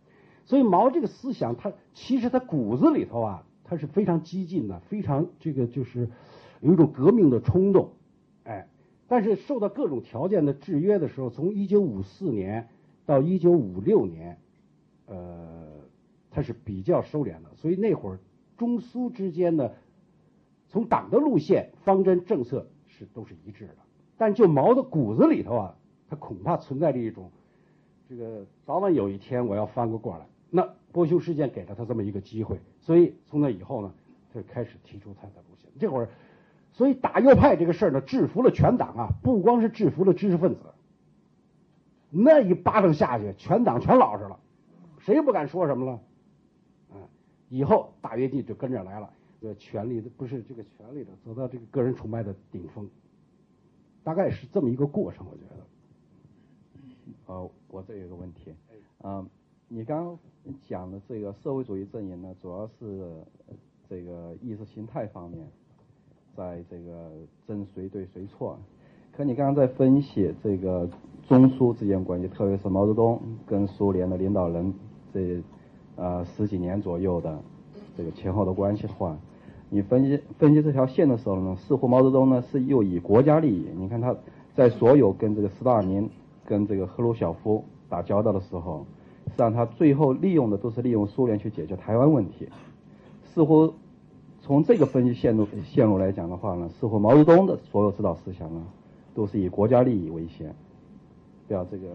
所以毛这个思想，他其实他骨子里头啊，他是非常激进的，非常这个就是有一种革命的冲动，哎，但是受到各种条件的制约的时候，从一九五四年到一九五六年，呃，他是比较收敛的，所以那会儿中苏之间的从党的路线、方针、政策是都是一致的，但就毛的骨子里头啊，他恐怕存在着一种这个早晚有一天我要翻过过来。那波匈事件给了他这么一个机会，所以从那以后呢，他就开始提出他的路线。这会儿，所以打右派这个事儿呢，制服了全党啊，不光是制服了知识分子，那一巴掌下去，全党全老实了，谁也不敢说什么了。啊，以后大跃进就跟着来了，呃，权力的不是这个权力的，走到这个个人崇拜的顶峰，大概是这么一个过程，我觉得。 呃，我这有个问题，啊、呃，你刚刚讲的这个社会主义阵营呢，主要是这个意识形态方面，在这个争谁对谁错。可你刚刚在分析这个中苏之间关系，特别是毛泽东跟苏联的领导人这呃十几年左右的这个前后的关系的话，你分析分析这条线的时候呢，似乎毛泽东呢是又以国家利益，你看他在所有跟这个斯大林跟这个赫鲁晓夫打交道的时候，实际上他最后利用的都是利用苏联去解决台湾问题。似乎从这个分析线路线路来讲的话呢，似乎毛泽东的所有指导思想呢，都是以国家利益为先。对啊，这个。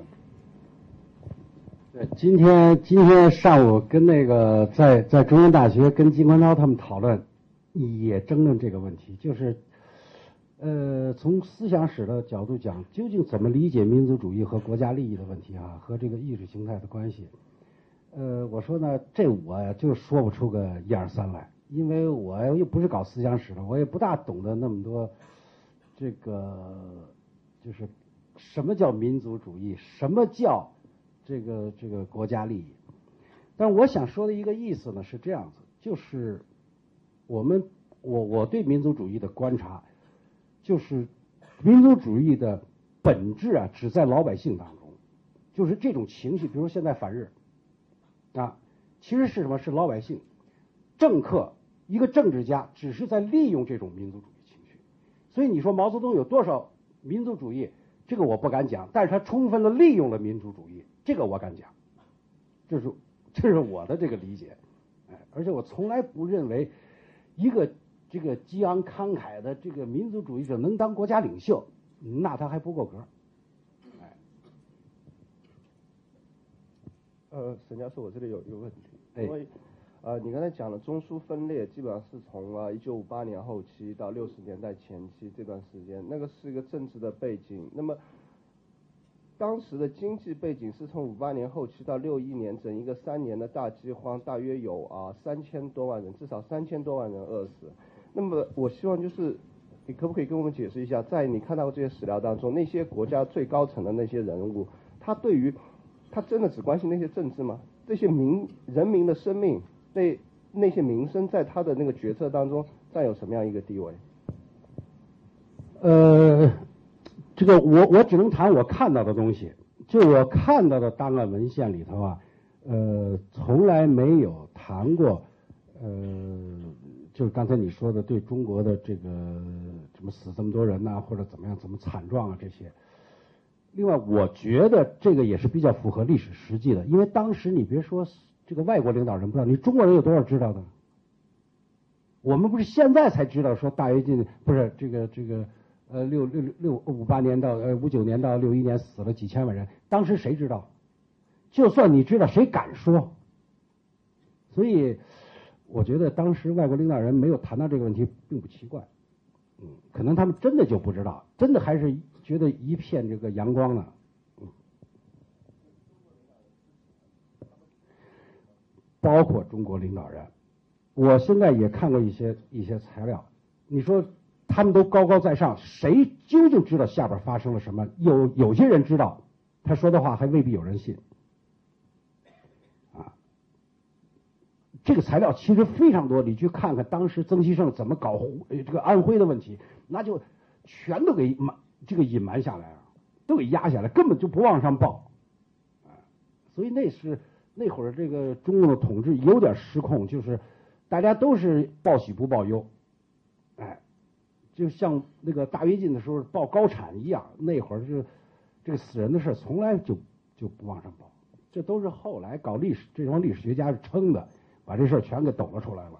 对，今天今天上午跟那个在在中央大学跟金观涛他们讨论，也争论这个问题，就是。呃，从思想史的角度讲，究竟怎么理解民族主义和国家利益的问题啊，和这个意识形态的关系？呃，我说呢，这我呀就说不出个一二三来，因为我又不是搞思想史的，我也不大懂得那么多，这个就是什么叫民族主义，什么叫这个这个国家利益。但我想说的一个意思呢是这样子，就是我们我我对民族主义的观察。就是民族主义的本质啊，只在老百姓当中，就是这种情绪，比如说现在反日啊，其实是什么？是老百姓、政客、一个政治家，只是在利用这种民族主义情绪。所以你说毛泽东有多少民族主义，这个我不敢讲，但是他充分的利用了民族主义，这个我敢讲，这是这是我的这个理解，哎，而且我从来不认为一个。这个激昂慷慨的这个民族主义者能当国家领袖，那他还不够格。哎， 呃，沈教授，我这里有一个问题， 哎、 因为呃，你刚才讲的中苏分裂，基本上是从啊一九五八年后期到六十年代前期这段时间，那个是一个政治的背景。那么当时的经济背景是从五八年后期到六一年，整一个三年的大饥荒，大约有啊三千多万人，至少三千多万人饿死。那么我希望就是你可不可以跟我们解释一下，在你看到这些史料当中，那些国家最高层的那些人物，他对于他真的只关心那些政治吗？这些民人民的生命，那那些民生，在他的那个决策当中占有什么样一个地位？ 呃，这个我我只能谈我看到的东西，就我看到的档案文献里头啊，呃，从来没有谈过，呃。就是刚才你说的对中国的这个怎么死这么多人呐、啊，或者怎么样怎么惨状啊这些。另外，我觉得这个也是比较符合历史实际的，因为当时你别说这个外国领导人不知道，你中国人有多少知道的？我们不是现在才知道说大跃进不是这个这个呃六六六五八年到呃五九年到六一年死了几千万人，当时谁知道？就算你知道，谁敢说？所以。我觉得当时外国领导人没有谈到这个问题，并不奇怪，嗯，可能他们真的就不知道，真的还是觉得一片这个阳光呢，嗯，包括中国领导人，我现在也看过一些一些材料，你说他们都高高在上，谁究竟知道下边发生了什么？有有些人知道，他说的话还未必有人信。这个材料其实非常多，你去看看当时曾希圣怎么搞这个安徽的问题，那就全都给瞒这个隐瞒下来了，都给压下来，根本就不往上报，啊，所以那是那会儿这个中共的统治有点失控，就是大家都是报喜不报忧，哎，就像那个大跃进的时候报高产一样，那会儿是这个死人的事从来就就不往上报，这都是后来搞历史这帮历史学家是撑的，把这事儿全给抖了出来了。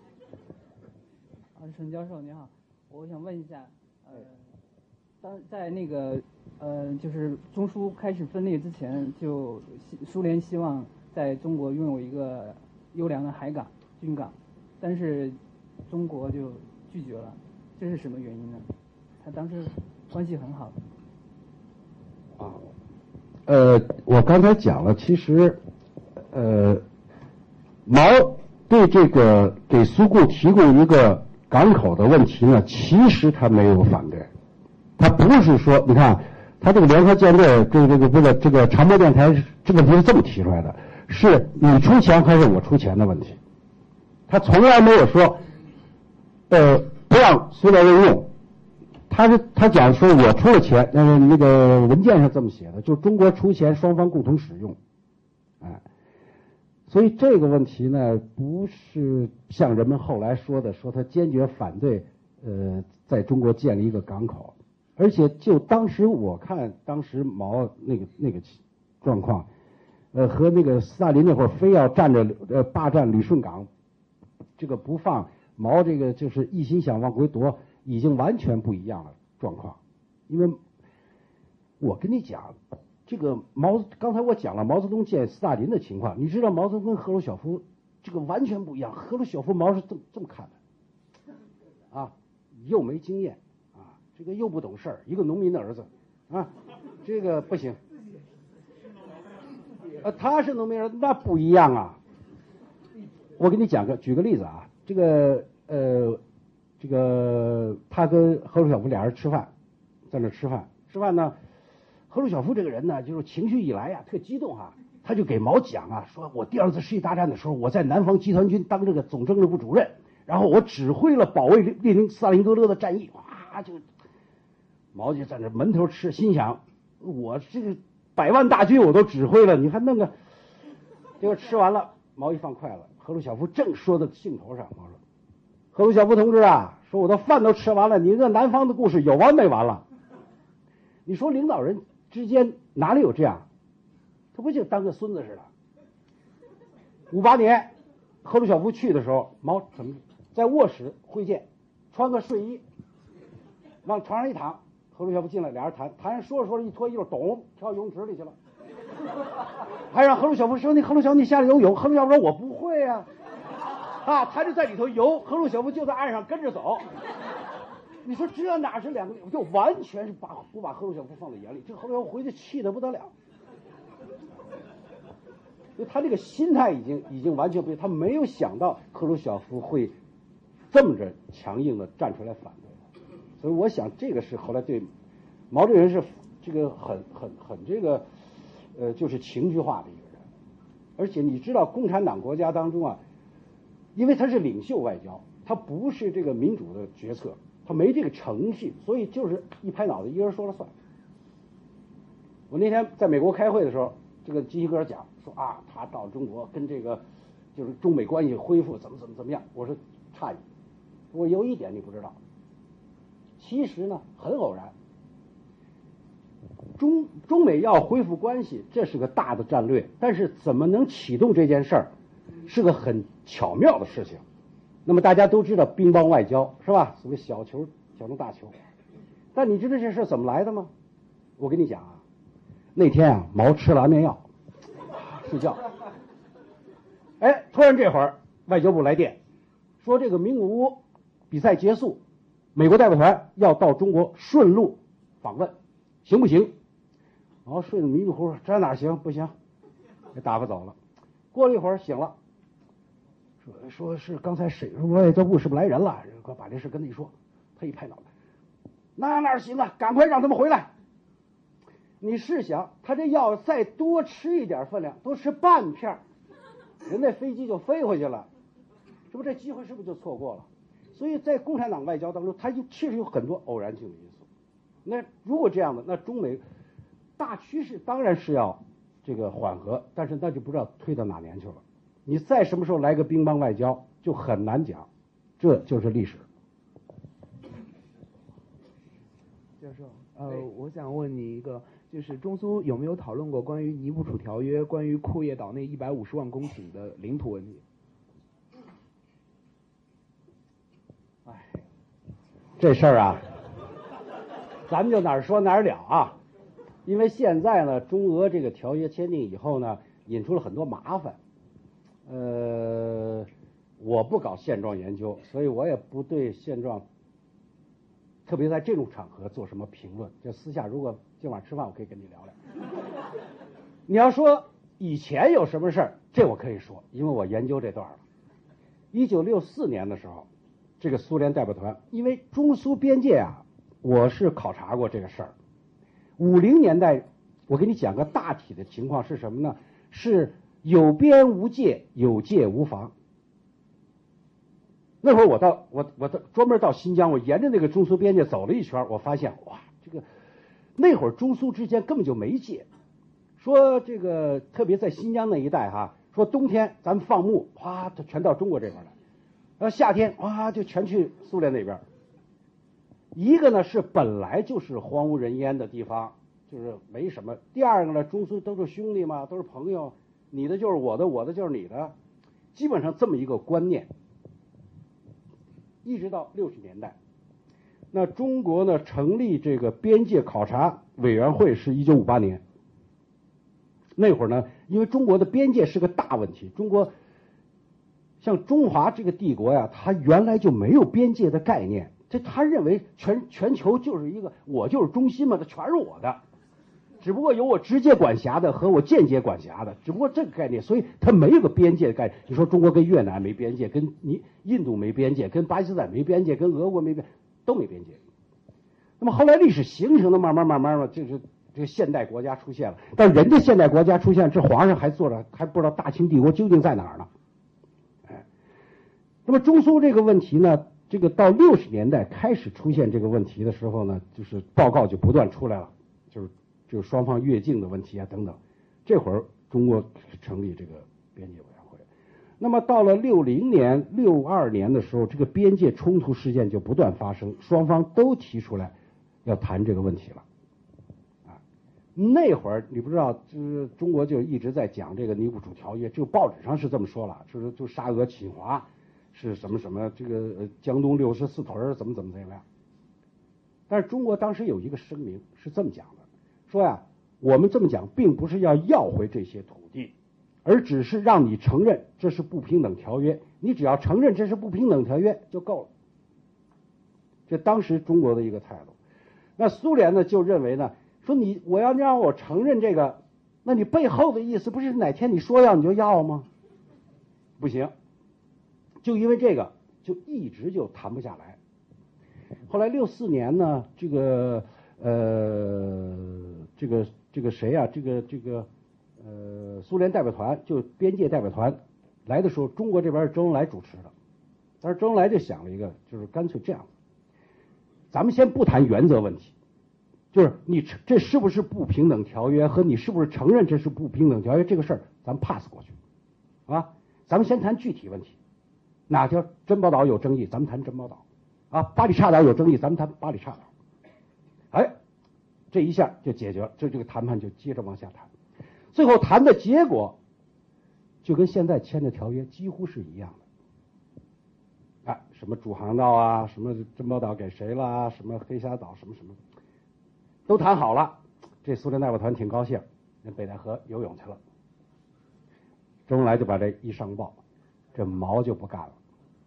啊，沈教授你好，我想问一下，呃，当在那个呃，就是中苏开始分裂之前，就苏联希望在中国拥有一个优良的海港、军港，但是中国就拒绝了，这是什么原因呢？他当时关系很好。 啊，呃，我刚才讲了，其实，呃，毛对这个给苏共提供一个港口的问题呢，其实他没有反对，他不是说，你看，他这个联合舰队，这个这个这个这个长波电台这个问题是这么提出来的，是你出钱还是我出钱的问题，他从来没有说，呃，不让苏联人用，他是他讲说我出了钱，那个那个文件上这么写的，就是中国出钱，双方共同使用，哎。所以这个问题呢，不是像人们后来说的，说他坚决反对，呃，在中国建立一个港口，而且就当时我看，当时毛那个那个状况，呃，和那个斯大林那会儿非要占着呃霸占旅顺港，这个不放，毛这个就是一心想往回夺，已经完全不一样了状况，因为我跟你讲。这个毛，刚才我讲了毛泽东见斯大林的情况，你知道毛泽东跟赫鲁晓夫这个完全不一样。赫鲁晓夫毛是这么这么看的，啊，又没经验，啊，这个又不懂事儿，一个农民的儿子，啊，这个不行。呃，他是农民儿子，那不一样啊。我给你讲个，举个例子啊，这个呃，这个他跟赫鲁晓夫俩人吃饭，在那吃饭，吃饭呢。赫鲁晓夫这个人呢，就是情绪一来呀、啊，特激动啊，他就给毛讲啊，说我第二次世界大战的时候，我在南方集团军当这个总政治部主任，然后我指挥了保卫列宁斯大林格勒的战役，哇，就毛就在那门头吃，心想我这个百万大军我都指挥了，你还弄个，结果吃完了，毛一放筷子，赫鲁晓夫正说到兴头上，毛说，赫鲁晓夫同志啊，说我的饭都吃完了，你这南方的故事有完没完了？你说领导人之间哪里有这样？他不就当个孙子似的？五八年，赫鲁晓夫去的时候，毛怎么在卧室会见，穿个睡衣，往床上一躺，赫鲁晓夫进来，俩人谈，谈说着说着一脱衣服，咚，跳游泳池里去了。还让赫鲁晓夫说：“你赫鲁晓夫，你下来游泳。”赫鲁晓夫说：“我不会啊。”啊，他就在里头游，赫鲁晓夫就在岸上跟着走。你说这哪是两个，就完全是把不把赫鲁晓夫放在眼里，这赫鲁晓夫回去气得不得了。就他这个心态已经已经完全不一样，他没有想到赫鲁晓夫会这么着强硬的站出来反对，所以我想这个是后来对毛这人是这个很很很这个呃就是情绪化的一个人，而且你知道共产党国家当中啊，因为他是领袖外交，他不是这个民主的决策。他没这个程序，所以就是一拍脑袋，一个人说了算。我那天在美国开会的时候，这个基辛格讲说啊，他到中国跟这个就是中美关系恢复怎么怎么怎么样。我说诧异，我有一点你不知道，其实呢很偶然，中中美要恢复关系，这是个大的战略，但是怎么能启动这件事儿，是个很巧妙的事情。那么大家都知道乒乓外交是吧？所谓小球挑动大球，但你知道这事怎么来的吗？我跟你讲啊，那天啊，毛吃了安眠药，睡觉。哎，突然这会儿外交部来电，说这个名古屋比赛结束，美国代表团要到中国顺路访问，行不行？毛睡得迷迷糊糊，这哪行？不行，给打发走了。过了一会儿醒了。说说是刚才谁说外交部是不是来人了？快把这事跟他一说，他一拍脑袋，那哪行啊？赶快让他们回来！你试想，他这药再多吃一点分量，多吃半片，人那飞机就飞回去了，这不这机会是不是就错过了？所以在共产党外交当中，它就确实有很多偶然性的因素。那如果这样的，那中美大趋势当然是要这这个缓和，但是那就不知道推到哪年去了。你再什么时候来个乒乓外交，就很难讲，这就是历史。 教授，呃，我想问你一个，就是中苏有没有讨论过关于尼布楚条约、关于库页岛内一百五十万公顷的领土问题？ 哎，这事儿啊，咱们就哪儿说哪儿了啊。因为现在呢，中俄这个条约签订以后呢，引出了很多麻烦。呃，我不搞现状研究，所以我也不对现状，特别在这种场合做什么评论。就私下，如果今晚吃饭，我可以跟你聊聊。你要说以前有什么事儿，这我可以说，因为我研究这段了。一九六四年的时候，这个苏联代表团，因为中苏边界啊，我是考察过这个事儿。五零年代，我给你讲个大体的情况是什么呢？是有边无界，有界无防。那会儿我到我我到专门到新疆，我沿着那个中苏边界走了一圈，我发现哇，这个那会儿中苏之间根本就没界。说这个特别在新疆那一带哈，说冬天咱们放牧，哗，就全到中国这边来；然后夏天哇，就全去苏联那边。一个呢是本来就是荒无人烟的地方，就是没什么；第二个呢，中苏都是兄弟嘛，都是朋友，你的就是我的，我的就是你的，基本上这么一个观念。一直到六十年代，那中国呢成立这个边界考察委员会是一九五八年。那会儿呢，因为中国的边界是个大问题，中国像中华这个帝国呀，它原来就没有边界的概念。这他认为全全球就是一个我就是中心嘛，这全是我的，只不过有我直接管辖的和我间接管辖的，只不过这个概念，所以他没有个边界的概念。你说中国跟越南没边界，跟你印度没边界，跟巴基斯坦没边界，跟俄国没边，都没边界。那么后来历史形成的，慢慢慢慢的，就是这个现代国家出现了。但人家现代国家出现，这皇上还坐着，还不知道大清帝国究竟在哪儿呢？哎，那么中苏这个问题呢？这个到六十年代开始出现这个问题的时候呢，就是报告就不断出来了，就是就是双方越境的问题啊等等。这会儿中国成立这个边界委员会。那么到了六零年、六二年的时候，这个边界冲突事件就不断发生，双方都提出来要谈这个问题了。啊，那会儿你不知道，就是中国就一直在讲这个尼布楚条约，这个报纸上是这么说了，就是就沙俄侵华。是什么什么这个呃江东六十四屯怎么怎么怎么样？但是中国当时有一个声明是这么讲的，说呀，我们这么讲并不是要要回这些土地，而只是让你承认这是不平等条约，你只要承认这是不平等条约就够了。这当时中国的一个态度。那苏联呢就认为呢，说你我要让我承认这个，那你背后的意思不是哪天你说要你就要吗？不行。就因为这个，就一直就谈不下来。后来六四年呢，这个呃，这个这个谁啊？这个这个呃，苏联代表团就边界代表团来的时候，中国这边是周恩来主持的。但是周恩来就想了一个，就是干脆这样，咱们先不谈原则问题，就是你这是不是不平等条约和你是不是承认这是不平等条约这个事儿，咱们 pass 过去，啊，咱们先谈具体问题。哪条珍宝岛有争议，咱们谈珍宝岛；啊，巴里恰岛有争议，咱们谈巴里恰岛。哎，这一下就解决了，这这个谈判就接着往下谈。最后谈的结果就跟现在签的条约几乎是一样的。啊，什么主航道啊，什么珍宝岛给谁了，什么黑沙岛，什么什么，都谈好了。这苏联代表团挺高兴，人北戴河游泳去了。周恩来就把这一上报，这毛就不干了。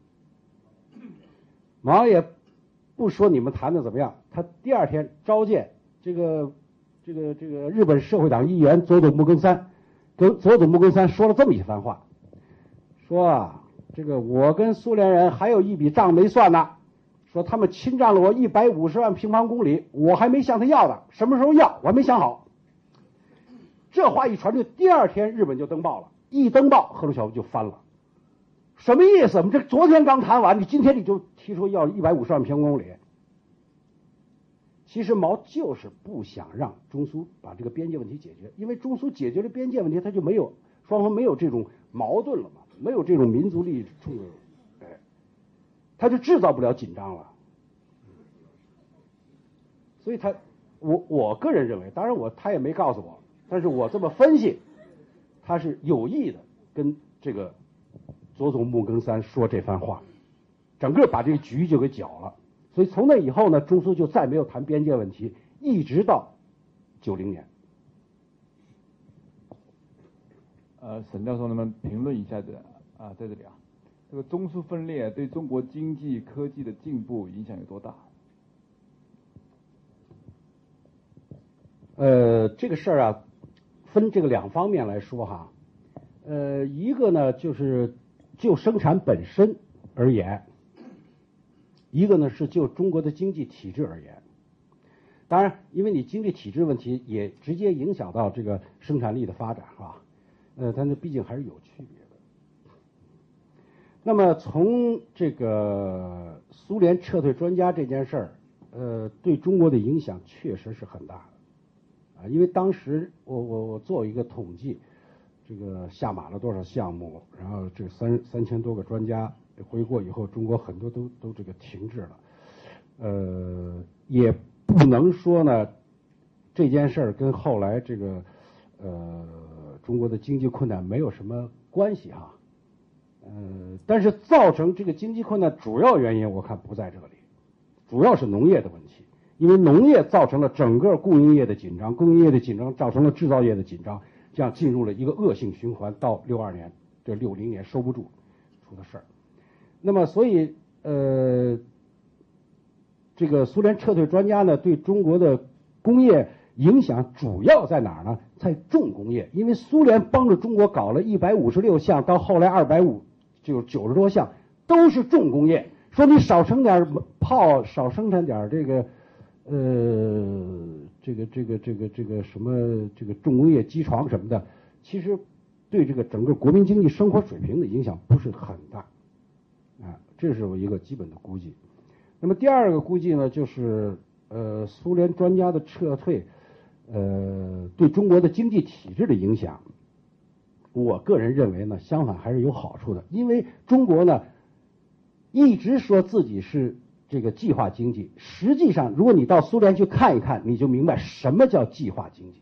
毛也不说你们谈的怎么样，他第二天召见这个这个这个日本社会党议员佐佐木耕三，跟佐佐木耕三说了这么一番话，说啊，这个我跟苏联人还有一笔账没算呢，说他们侵占了我一百五十万平方公里，我还没向他要呢，什么时候要我还没想好。这话一传出，第二天日本就登报了，一登报赫鲁晓夫就翻了。什么意思？我们这昨天刚谈完，你今天你就提出要一百五十万平方公里。 其实毛就是不想让中苏把这个边界问题解决，因为中苏解决了边界问题，他就没有双方没有这种矛盾了嘛，没有这种民族利益冲突，哎，他就制造不了紧张了。所以他，我我个人认为，当然我他也没告诉我，但是我这么分析，他是有意的跟这个佐佐木耕三说这番话，整个把这个局就给搅了。所以从那以后呢，中苏就再没有谈边界问题，一直到九零年。 呃，沈教授能不能评论一下子啊，在这里啊，这个中苏分裂对中国经济科技的进步影响有多大？ 呃，这个事儿啊，分这个两方面来说哈。呃，一个呢就是就生产本身而言。一个呢是就中国的经济体制而言，当然，因为你经济体制问题也直接影响到这个生产力的发展，是吧？呃，但是毕竟还是有区别的。那么从这个苏联撤退专家这件事儿，呃，对中国的影响确实是很大的啊，因为当时我我我做一个统计，这个下马了多少项目，然后这三三千多个专家。回国以后，中国很多都都这个停滞了，呃，也不能说呢，这件事儿跟后来这个呃中国的经济困难没有什么关系哈，呃，但是造成这个经济困难主要原因我看不在这里，主要是农业的问题，因为农业造成了整个供应业的紧张，供应业的紧张造成了制造业的紧张，这样进入了一个恶性循环，到六二年这六零年收不住出的事儿。那么，所以呃，这个苏联撤退专家呢，对中国的工业影响主要在哪儿呢？在重工业，因为苏联帮着中国搞了一百五十六项，到后来二百五就九十多项，都是重工业。说你少生点炮，少生产点这个呃，这个这个这个这个什么这个重工业机床什么的，其实对这个整个国民经济生活水平的影响不是很大。啊，这是我一个基本的估计。那么第二个估计呢，就是呃，苏联专家的撤退，呃，对中国的经济体制的影响，我个人认为呢，相反还是有好处的。因为中国呢，一直说自己是这个计划经济，实际上，如果你到苏联去看一看，你就明白什么叫计划经济。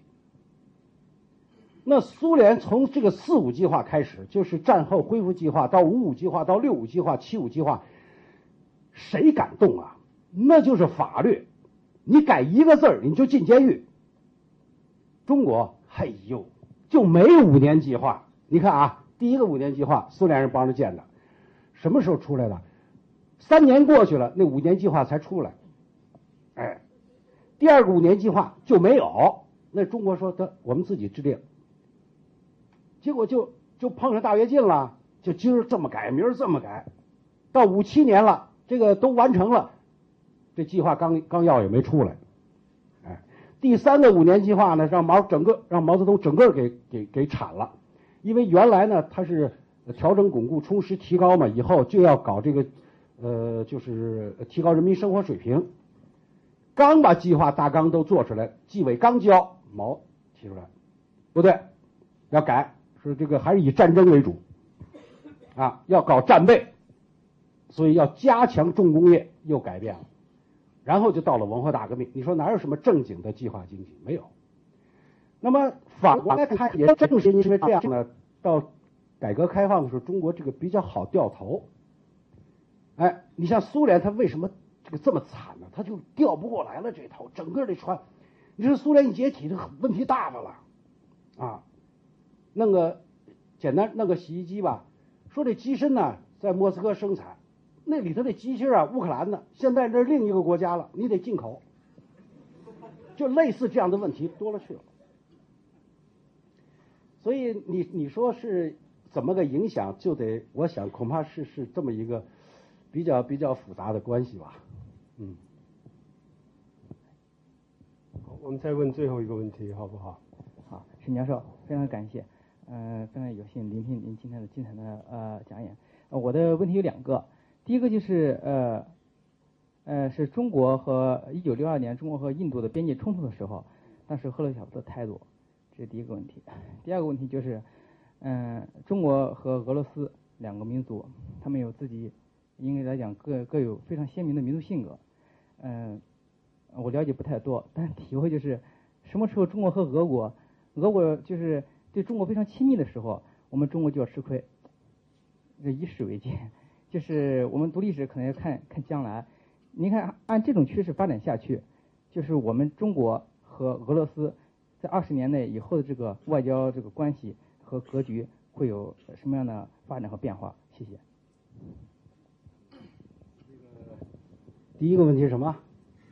那苏联从这个四五计划开始，就是战后恢复计划到五五计划到六五计划七五计划，谁敢动啊？那就是法律，你改一个字儿你就进监狱。中国，嘿呦，就没五年计划。你看啊，第一个五年计划苏联人帮着建的，什么时候出来的？三年过去了，那五年计划才出来。哎，第二个五年计划就没有。那中国说得我们自己制定。结果就就碰上大跃进了，就今儿这么改，明儿这么改，到五七年了，这个都完成了，这计划纲纲要也没出来。哎，第三个五年计划呢，让毛整个让毛泽东整个给给给铲了，因为原来呢他是调整、巩固、充实、提高嘛，以后就要搞这个呃，就是提高人民生活水平。刚把计划大纲都做出来，纪委刚交，毛提出来，不对，要改。说这个还是以战争为主，啊，要搞战备，所以要加强重工业，又改变了，然后就到了文化大革命。你说哪有什么正经的计划经济？没有。那么反过来看，也正是因为这样呢，到改革开放的时候，中国这个比较好掉头。哎，你像苏联，它为什么这个这么惨呢？它就调不过来了这头，整个这船，你说苏联一解体，这问题大发了，啊。弄个简单弄个洗衣机吧，说这机身呢在莫斯科生产，那里头的机芯啊乌克兰的，现在这是另一个国家了，你得进口，就类似这样的问题多了去了。所以你你说是怎么个影响，就得我想恐怕是是这么一个比较比较复杂的关系吧。嗯。 好，我们再问最后一个问题好不好？ 好，沈教授，非常感谢。呃，非常有幸聆听您今天的精彩的呃讲演。呃，我的问题有两个，第一个就是呃， 呃，是中国和一九六二年中国和印度的边界冲突的时候，当时赫鲁晓夫的态度，这是第一个问题。第二个问题就是，嗯、呃，中国和俄罗斯两个民族，他们有自己应该来讲各各有非常鲜明的民族性格。嗯、呃，我了解不太多，但体会就是什么时候中国和俄国，俄国就是对中国非常亲密的时候，我们中国就要吃亏。这以史为鉴，就是我们读历史可能要看看将来。您看，按这种趋势发展下去，就是我们中国和俄罗斯在二十年内以后的这个外交这个关系和格局会有什么样的发展和变化？谢谢。 第一个问题是什么？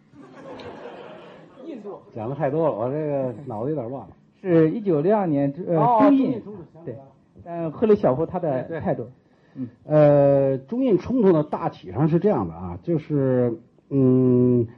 印度讲的太多了，我这个脑子有点乱了。 是一九六二年呃、 哦、 中印冲突， 对，但赫鲁晓夫他的态度。 嗯，呃，中印冲突呢，大体上是这样的啊，就是嗯，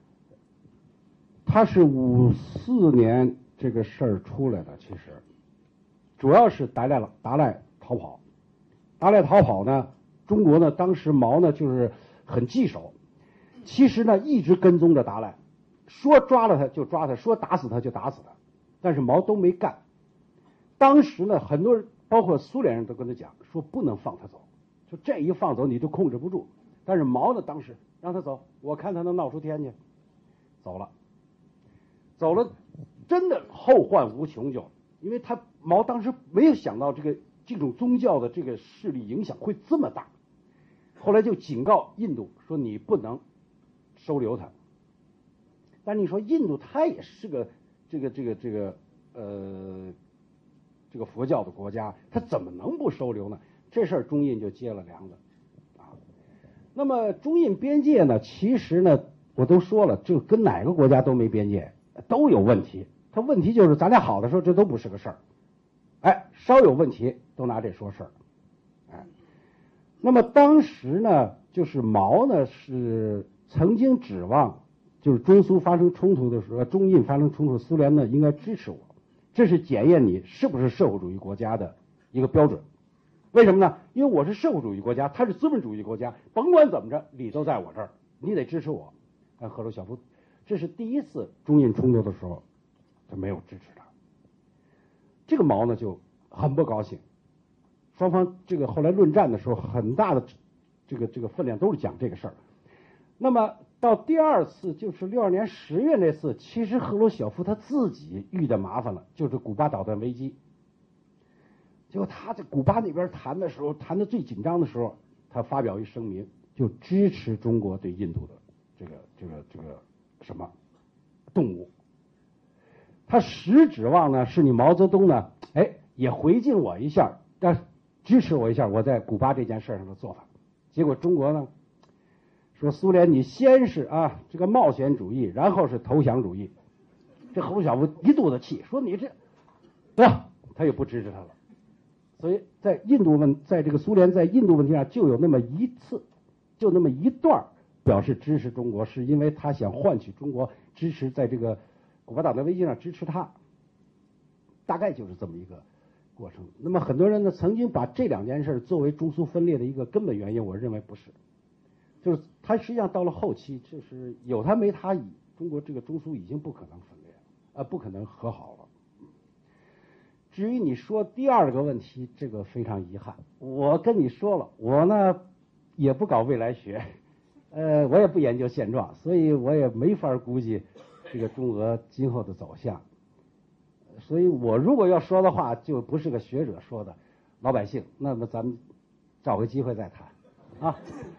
他是五四年这个事儿出来的，其实主要是达赖达赖逃跑，达赖逃跑呢，中国呢当时毛呢就是很棘手，其实呢一直跟踪着达赖，说抓了他就抓他，说打死他就打死他，但是毛都没干。当时呢，很多人包括苏联人都跟他讲说不能放他走，说这一放走你就控制不住。但是毛呢，当时让他走，我看他能闹出天去，走了，走了，真的后患无穷就，因为他毛当时没有想到这个这种宗教的这个势力影响会这么大，后来就警告印度说你不能收留他。但你说印度他也是个这个这个这个呃。这个佛教的国家，他怎么能不收留呢？这事儿中印就接了梁子啊。那么中印边界呢，其实呢，我都说了，就跟哪个国家都没边界，都有问题。他问题就是咱俩好的时候，这都不是个事儿，哎，稍有问题都拿这说事儿，哎。那么当时呢，就是毛呢是曾经指望，就是中苏发生冲突的时候，中印发生冲突，苏联呢应该支持我。这是检验你是不是社会主义国家的一个标准。为什么呢？因为我是社会主义国家，他是资本主义国家，甭管怎么着，理都在我这儿，你得支持我。但赫鲁晓夫，这是第一次中印冲突的时候，他没有支持他。这个毛呢就很不高兴，双方这个后来论战的时候，很大的这个这个分量都是讲这个事儿。那么到第二次，就是六二年十月那次，其实赫鲁晓夫他自己遇的麻烦了，就是古巴导弹危机。结果他在古巴那边谈的时候，谈的最紧张的时候，他发表一声明，就支持中国对印度的这个这个这个什么动武。他实指望呢，是你毛泽东呢，哎，也回敬我一下，但支持我一下我在古巴这件事上的做法。结果中国呢？说苏联，你先是啊这个冒险主义，然后是投降主义。这赫鲁晓夫一肚子气，说你这，对吧？他也不支持他了。所以在印度问，在这个苏联在印度问题上就有那么一次，就那么一段表示支持中国，是因为他想换取中国支持，在这个古巴导弹危机上支持他。大概就是这么一个过程。那么很多人呢曾经把这两件事作为中苏分裂的一个根本原因，我认为不是。就是他实际上到了后期，就是有他没他，中国这个中苏已经不可能分裂，呃，不可能和好了。至于你说第二个问题，这个非常遗憾，我跟你说了，我呢也不搞未来学，呃，我也不研究现状，所以我也没法估计这个中俄今后的走向。所以我如果要说的话，就不是个学者说的，老百姓，那么咱们找个机会再谈啊。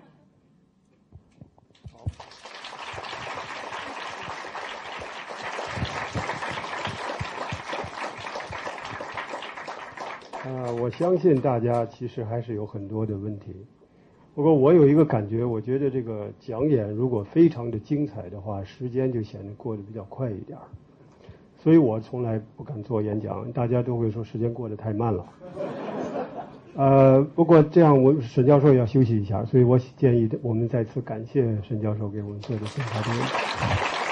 啊、呃，我相信大家其实还是有很多的问题。不过我有一个感觉，我觉得这个讲演如果非常的精彩的话，时间就显得过得比较快一点。所以我从来不敢做演讲，大家都会说时间过得太慢了。呃，不过这样我沈教授要休息一下，所以我建议我们再次感谢沈教授给我们做的精彩的演讲。